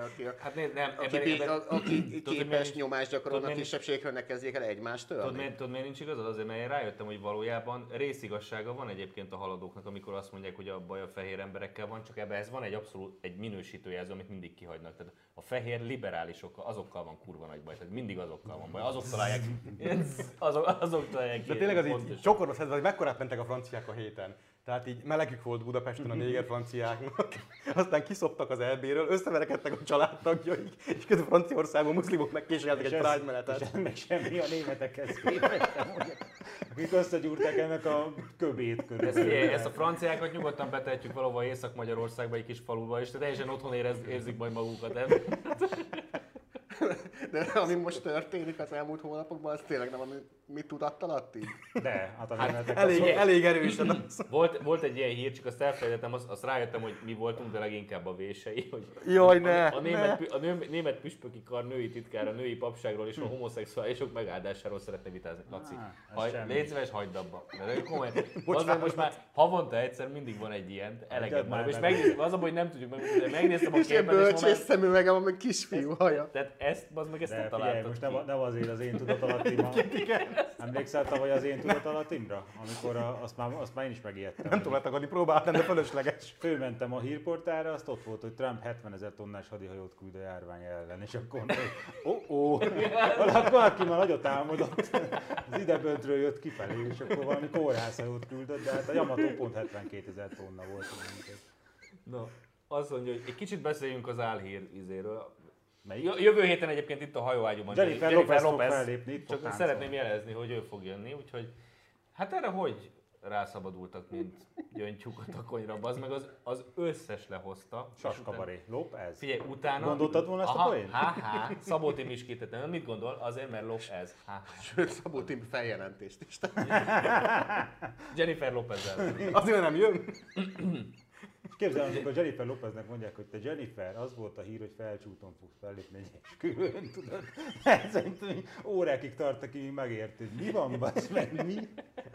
aki képes nyomást gyakorolni a kisebbségekről, ne kezdjék el egymást törni. Tudod miért nincs igazad? Azért, mert én rájöttem, hogy valójában részigazsága van egyébként a haladóknak, amikor azt mondják, hogy a baj a fehér emberekkel van, csak ebben ez van egy abszolút egy minősítőjelző, amit mindig kihagynak. Tehát a fehér liberálisokkal, azokkal van kurva nagy baj, tehát mindig azokkal van baj. Azok találják ki. De tényleg az így csokorba szedve, hogy mekkorát mentek a franciák a héten. Tehát így melegük volt Budapesten a néger franciáknak, aztán kiszoptak az EB-ről, összeverekedtek a családtagjaik, és közben Franciaországban muszlimok megkéseltek egy Pride menetet. És ennek semmi a németekhez képest, akik összegyúrták ennek a köbét körül. Ezt a franciákat nyugodtan betehetjük valahova Észak-Magyarországba, egy kis faluba, és teljesen otthon érzik majd magukat. De ami most történik az elmúlt hónapokban, az tényleg nem mit tudattalat így? De, elég erősen. Volt egy ilyen hír, csak azt elfelejtettem, azt rájöttem, hogy mi voltunk, de leginkább a vései. Hogy jaj, a német püspöki kar női titkára, női papságról és a homoszexuálisok megáldásáról szeretne vitázni. Laci, légy szíves, hagyd abba. Most már havonta egyszer mindig van egy ilyen, elegem már. És megnéztem, az a baj, hogy nem tudjuk megnézni, megnéztem a képet, és bölcsész szemüvegem, amely kisfiú haja. Tehát ezt nem találtad most nem azért az én tudatalattim. Emlékszel tavaly az én tudatalattimra? Amikor azt már én is megijedtem. Nem tudom letagadni, próbáltam, de fölösleges. Fölmentem a hírportára, azt ott volt, hogy Trump 70 000 tonnás hadihajót küld a járvány ellen, és akkor valaki már nagyot álmodott, az ideböntről jött kifelé, és akkor valami kórházhajót küldött, de hát a Yamato pont 72 000 tonna volt. No, azt mondja, hogy egy kicsit beszéljünk az álhír izéről. Jövő héten egyébként itt a hajóágyúban Jennifer Lopez fog fellépni. Csak szeretném jelezni, hogy ő fog jönni, úgyhogy hát erre hogy rászabadultak, mint gyöngytyúk a takonyra, az meg az összes lehozta. Saskabaré, Lopez. Figyelj, utána... Gondoltad volna ezt a poént? Szabó Tim is kitette. Mit gondol? Azért, mert Lopez. Sőt, Szabó Tim feljelentést is. Jennifer Lopez-el. Azért nem jön. És képzelem, amikor a Jennifer Lopeznek mondják, hogy te Jennifer, az volt a hír, hogy felcsúton fogsz fellépni egy esküvőn, tudod? Szerintem órákig tart, aki megérti, hogy mi van, basz meg, mi?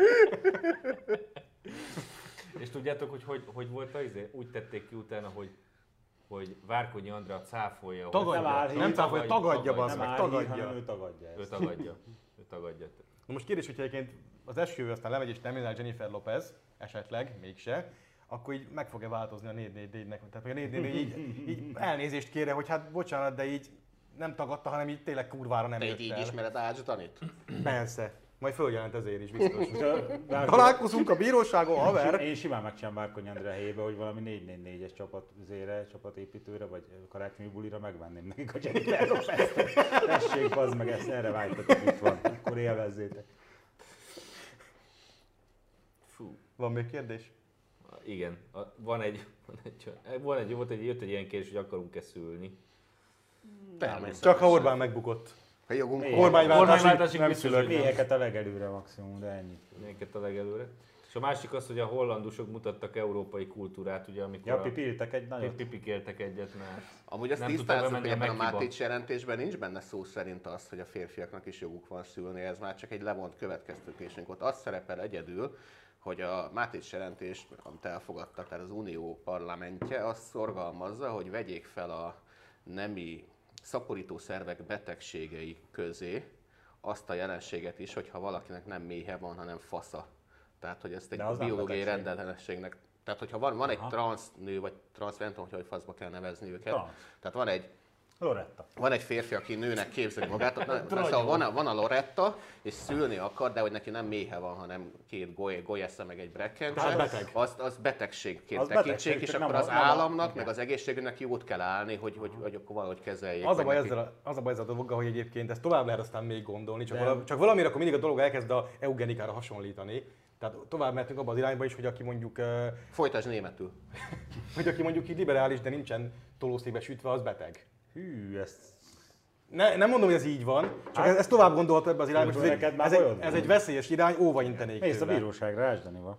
És tudjátok, hogy volt az izé? Úgy tették ki utána, hogy Várkonyi Andrea cáfolja. Nem cáfolja, tagadja, basz meg, tagadja. Ő tagadja ezt. Ő tagadja. Na most kérdés, hogyha egyébként az esküvő aztán lemegy és nem jön el Jennifer Lopez, esetleg, mégse, akkor így meg fog-e változni a 444-nek? Tehát a 444 így elnézést kére, hogy hát bocsánat, de így nem tagadta, hanem így tényleg kurvára nem jött el. Te így ismered Ács Danit? Persze. Majd följelent ezért is biztos. Találkozunk a bíróságon, haver! Én simán megcsinálom Várkonyi Andrea helyébe, hogy valami 444-es csapatépítőre, vagy karácsonyi bulira megvenném nekik a Jennifer Lopez-t. Tessék, bazd meg, ezt erre vágytatok, itt van. Akkor élvezzétek. Fú. Van még kérdés? Igen, jött egy ilyen kérdés, hogy akarunk-e szülni. Csak ha Orbán megbukott. Kormányváltásig nem szülök. Méheket a legelőre maximum, de ennyi. Méheket a legelőre. És a másik az, hogy a hollandusok mutattak európai kultúrát, ugye, amikor pipiltek egy nagyot. Pipikéltek egyet, mert amúgy azt tisztázzuk, hogy ebben a Mátécs jelentésben nincs benne szó szerint az, hogy a férfiaknak is joguk van szülni, ez már csak egy levont következtetésünk. Ott az szerepel egyedül, hogy a Mátécs jelentés, amit elfogadtak, tehát az Unió parlamentje, azt szorgalmazza, hogy vegyék fel a nemi szaporító szervek betegségei közé azt a jelenséget is, hogyha valakinek nem méhe van, hanem fasza. Tehát, hogy ezt egy biológiai rendellenességnek. Tehát, hogyha van egy transznő, vagy nem tudom, hogy faszba kell nevezni őket. Tehát van egy férfi, aki nőnek képzeli magát, szóval van a Loretta, és szülni akar, de hogy neki nem méhe van, hanem két golyesze, meg egy brekkencse, az betegségként tekintsék, és akkor az államnak, meg az egészségünknek jót kell állni, hogy akkor valahogy kezeljék. Az a baj ezzel a dologgal, hogy egyébként ezt tovább lehet aztán még gondolni, csak valamire akkor mindig a dolog elkezd a eugenikára hasonlítani. Tehát tovább mehetünk abba az irányba is, hogy aki mondjuk... Folytasd németül. Hogy aki mondjuk így liberális, de nincsen tolószékbe sütve, az beteg. Hű, ezt... Nem mondom, hogy ez így van, csak ez tovább gondolhat ebbe az irányba, ez egy veszélyes irány, óva intenék tőle. Mész a bíróságra, Ásdanival.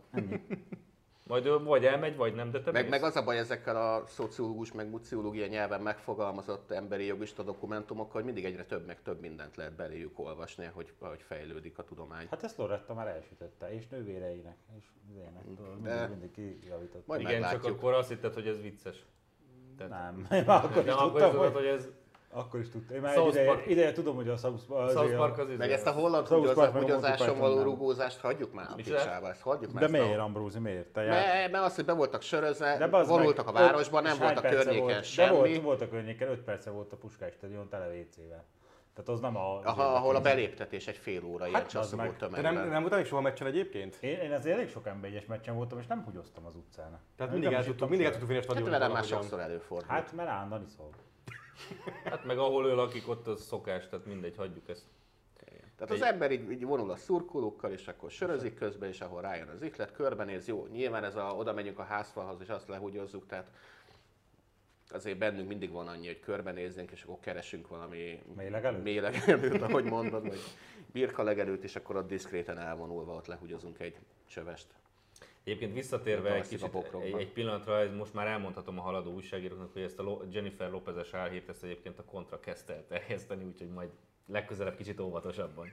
Majd vagy elmegy, vagy nem, de te meg az a baj ezekkel a szociológus, meg muciológia nyelven megfogalmazott emberi jogista dokumentumokkal, hogy mindig egyre több mindent lehet beléjük olvasni, hogy fejlődik a tudomány. Hát ezt Loretta már elsütötte, és nővéreinek, és mindig kijavított. Igen, csak akkor azt hitted, hogy ez vicces. Nem, akkor is tudtam, hogy ez... Akkor is tudtam. Én már ideje tudom, hogy a South Park az meg ezt a holland húgyozáson való rugózást hagyjuk már a picsába. Ezt hagyjuk már. De miért, Ambrózi, miért? Mert az, hogy be voltak sörözve, vonultak a városban, nem volt a környéken semmi. Volt a környéken, 5 perce volt a Puskás stadion tele WC-vel. Tehát az nem ahol a beléptetés egy fél óra, ilyen csasszogó tömegben. Te nem voltál még soha meccsen egyébként? Én azért elég sok NB1-es meccsen voltam, és nem húgyoztam az utcán. Tehát mindig el tudtuk vinni a stadionba. Hát velem már sokszor előfordult. Hát mert állandani szól. Hát meg ahol ő lakik, ott az szokás, tehát mindegy, hagyjuk ezt. Tehát az ember így vonul a szurkolókkal, és akkor sörözik közben, és ahol rájön az ihlet, körbenéz, jó, nyilván oda megyünk a házfalhoz, és azt lehúgyozzuk, tehát azért bennünk mindig van annyi, hogy körbenézzünk, és akkor keresünk valami mélylegelőt, ahogy mondod, vagy birkalegelőt, és akkor ott diszkréten elvonulva ott lehúgyozunk egy csövest. Egyébként visszatérve egy pillanatra, ez most már elmondhatom a haladó újságíróknak, hogy ezt a Jennifer Lopez-es álhírt, ezt egyébként a Kontra kezdte el terjeszteni, úgyhogy majd legközelebb kicsit óvatosabban.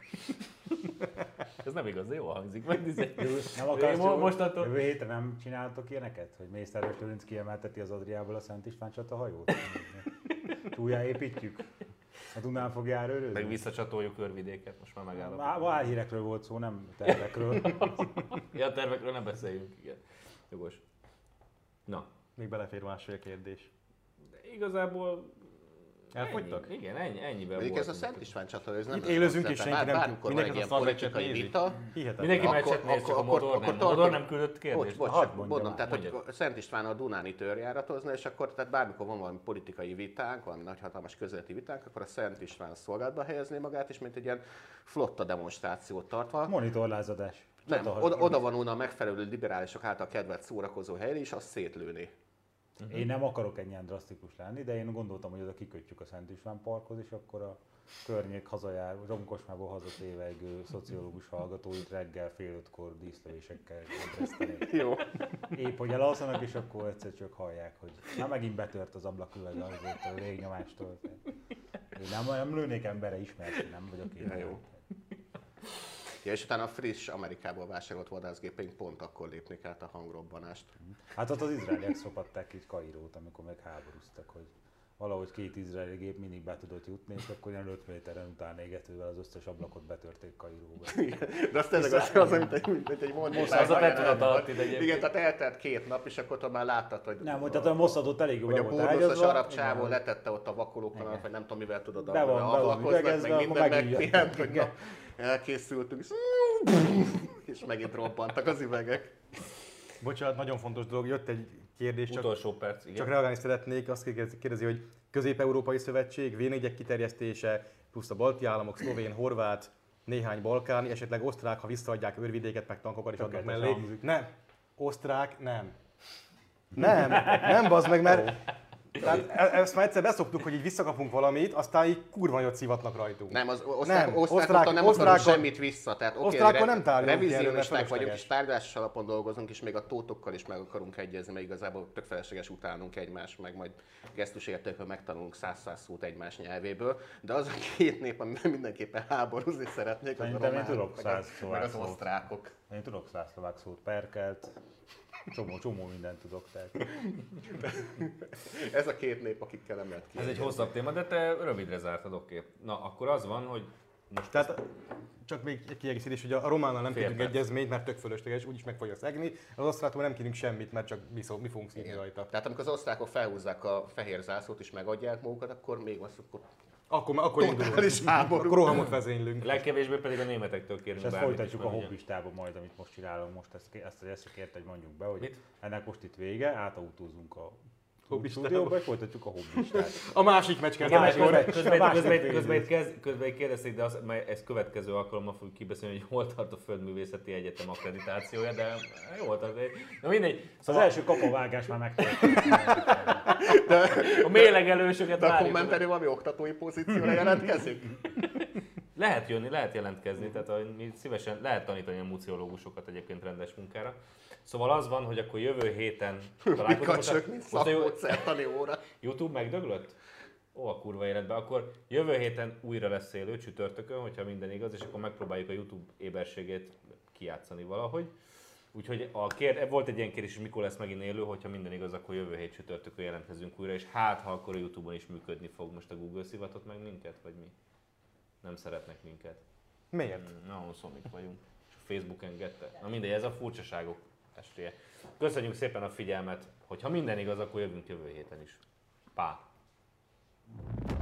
Ez nem igaz, de jól hangzik. Nem akarsz jövő hétre nem csináltok ilyeneket? Hogy Mészáros Lőrinc kiemelteti az Adriából a Szent István csata hajót? Újjáépítjük? A Dunán fog járőrözni? Meg visszacsatoljuk Örvidéket, most már megállapodunk. Álhírekről volt szó, nem tervekről. Ja, tervekről nem beszéljünk, igen. Jogos. Na. Még belefér másfél kérdés. De igazából elfogytak? Igen, ennyiben volt. Ez a Szent István csata, ez nem. Itt élőzünk és senki nem, mindenki a politikai vita. Mindenki meccset néz, csak a Modor nem küldött kérdést. Mondom, tehát hogy Szent István a Dunáni törjáratozna, és akkor tehát bármikor van valami politikai vitánk, valami nagyhatalmas közéleti vitánk, akkor a Szent István szolgálatba helyezné magát, és mint egy ilyen flotta demonstrációt tartva. Monitorlázadás. Nem, oda vonulna a megfelelő liberálisok által kedvelt szórakozó helyre, és azt szétlőni. Én nem akarok ennyien drasztikus lenni, de én gondoltam, hogy oda kikötjük a Szent István parkhoz, és akkor a környék hazajár, Romkosmából hazatévegő szociológus hallgatóit reggel fél 5-kor díszlevésekkel kezdenék. Jó. Épp, hogy elalszanak, és akkor egyszer csak hallják, hogy na megint betört az ablaküveg azért a légnyomástól. Én nem lőnék emberre ismerni, nem vagyok én. Jó. Ja, és utána a friss Amerikából vásárolt vadászgépeink pont akkor lépnék át a hangrobbanást. Hát ott az izraeliek szopatták így Kairót, amikor meg háborúztak, hogy valahogy 2 izraeli gép mindig be tudott jutni, és akkor ilyen 5 méteren után égetővel az összes ablakot betörték Kairóba. De azt tényleg az, mint egy mondatás. Az a betudat alatt ide egyébként. Igen, tehát eltelt 2 nap, és akkor már láttad, hogy... Nem, hogy tehát a Mossadot elég jól be volt ágyazva. Hogy a bónuszos arab csávó letette ott a vakolókanalat, vagy nem tudom mivel tudod ablakozni, meg minden megpihent, hogy na, elkészültünk, és megint robbantak az üvegek. Bocsánat, nagyon fontos dolog, jött egy kérdés, utolsó perc, igen. Csak reagálni szeretnék, azt kérdezi, hogy Közép-Európai Szövetség, V4-ek kiterjesztése, plusz a balti államok, szlovén, horvát, néhány balkáni, esetleg osztrák, ha visszaadják Örvidéket, meg tankokat is adnak mellé. Nem, osztrák nem. Nem bazd meg, mert tehát ezt már egyszer beszoktuk, hogy így visszakapunk valamit, aztán így kurva nagyot szivatnak rajtunk. Nem, az osztrákoktól nem akarunk semmit vissza. Tehát osztrákkal nem tárgyalunk. Revizionisták vagyunk, és tárgyalásos alapon dolgozunk, és még a tótokkal is meg akarunk egyezni, mert igazából tök felesleges utálnunk egymást, meg majd gesztusértékből megtanulunk 100 szót egymás nyelvéből. De az a 2 nép, amiben mindenképpen háborúzni szeretnék, az a románok, meg az osztrákok. Én tudok 100 szlovák szót, perkelt. Csomó mindent tudok, tehát. Ez a 2 nép, akikkel nem lehet ki. Ez egy hosszabb téma, de te rövidre zártad, oké. Na, akkor az van, hogy most... Tehát, csak még egy kiegészítés, hogy a románnal nem kérünk egyezményt, mert tök fölösleges, úgyis meg fogja szegni. Az osztráktól nem kérünk semmit, mert csak mi fogunk szívni rajta. Tehát amikor az osztrákok felhúzzák a fehér zászlót és megadják magukat, akkor még az, akkor indulunk. Akkor rohamot vezénylünk. Legkevésbé pedig a németektől kérünk. És ezt folytatjuk a hobbistába majd, amit most csinálunk. Most ezt kért, hogy mondjuk be, hogy ennek most itt vége, átautózunk a stúdióba, és folytatjuk a hobbistát. A másik meccs közben kérdezték, de ez következő alkalommal fogjuk kibeszélni, hogy hol tart a Földművészeti Egyetem akkreditációja, de jól tart. Na mindegy. Szóval az első kapavágás már megtörtént. A mélegelősöket várjuk. De a kommentelő valami oktatói pozícióra jelentkezik? Lehet jönni, lehet jelentkezni, tehát mi szívesen lehet tanítani a muciológusokat egyébként rendes munkára. Szóval az van, hogy akkor jövő héten találkozunk. Mint szakmódszertani óra. YouTube megdöglött? Ó, a kurva életben. Akkor jövő héten újra lesz élő, csütörtökön, hogyha minden igaz, és akkor megpróbáljuk a YouTube éberségét kijátszani valahogy. Úgyhogy volt egy ilyen kérdés, hogy mikor lesz megint élő, hogyha minden igaz, akkor jövő hét csütörtökön jelentkezünk újra, és hát ha akkor a YouTube-on is működni fog. Most a Google szivatott meg minket, vagy mi? Nem szeretnek minket. Miért? Nagyon szomik vagyunk. És a Facebook engedte. Na mindegy, ez a furcsaságok estéje. Köszönjük szépen a figyelmet, hogyha minden igaz, akkor jövünk jövő héten is. Pá!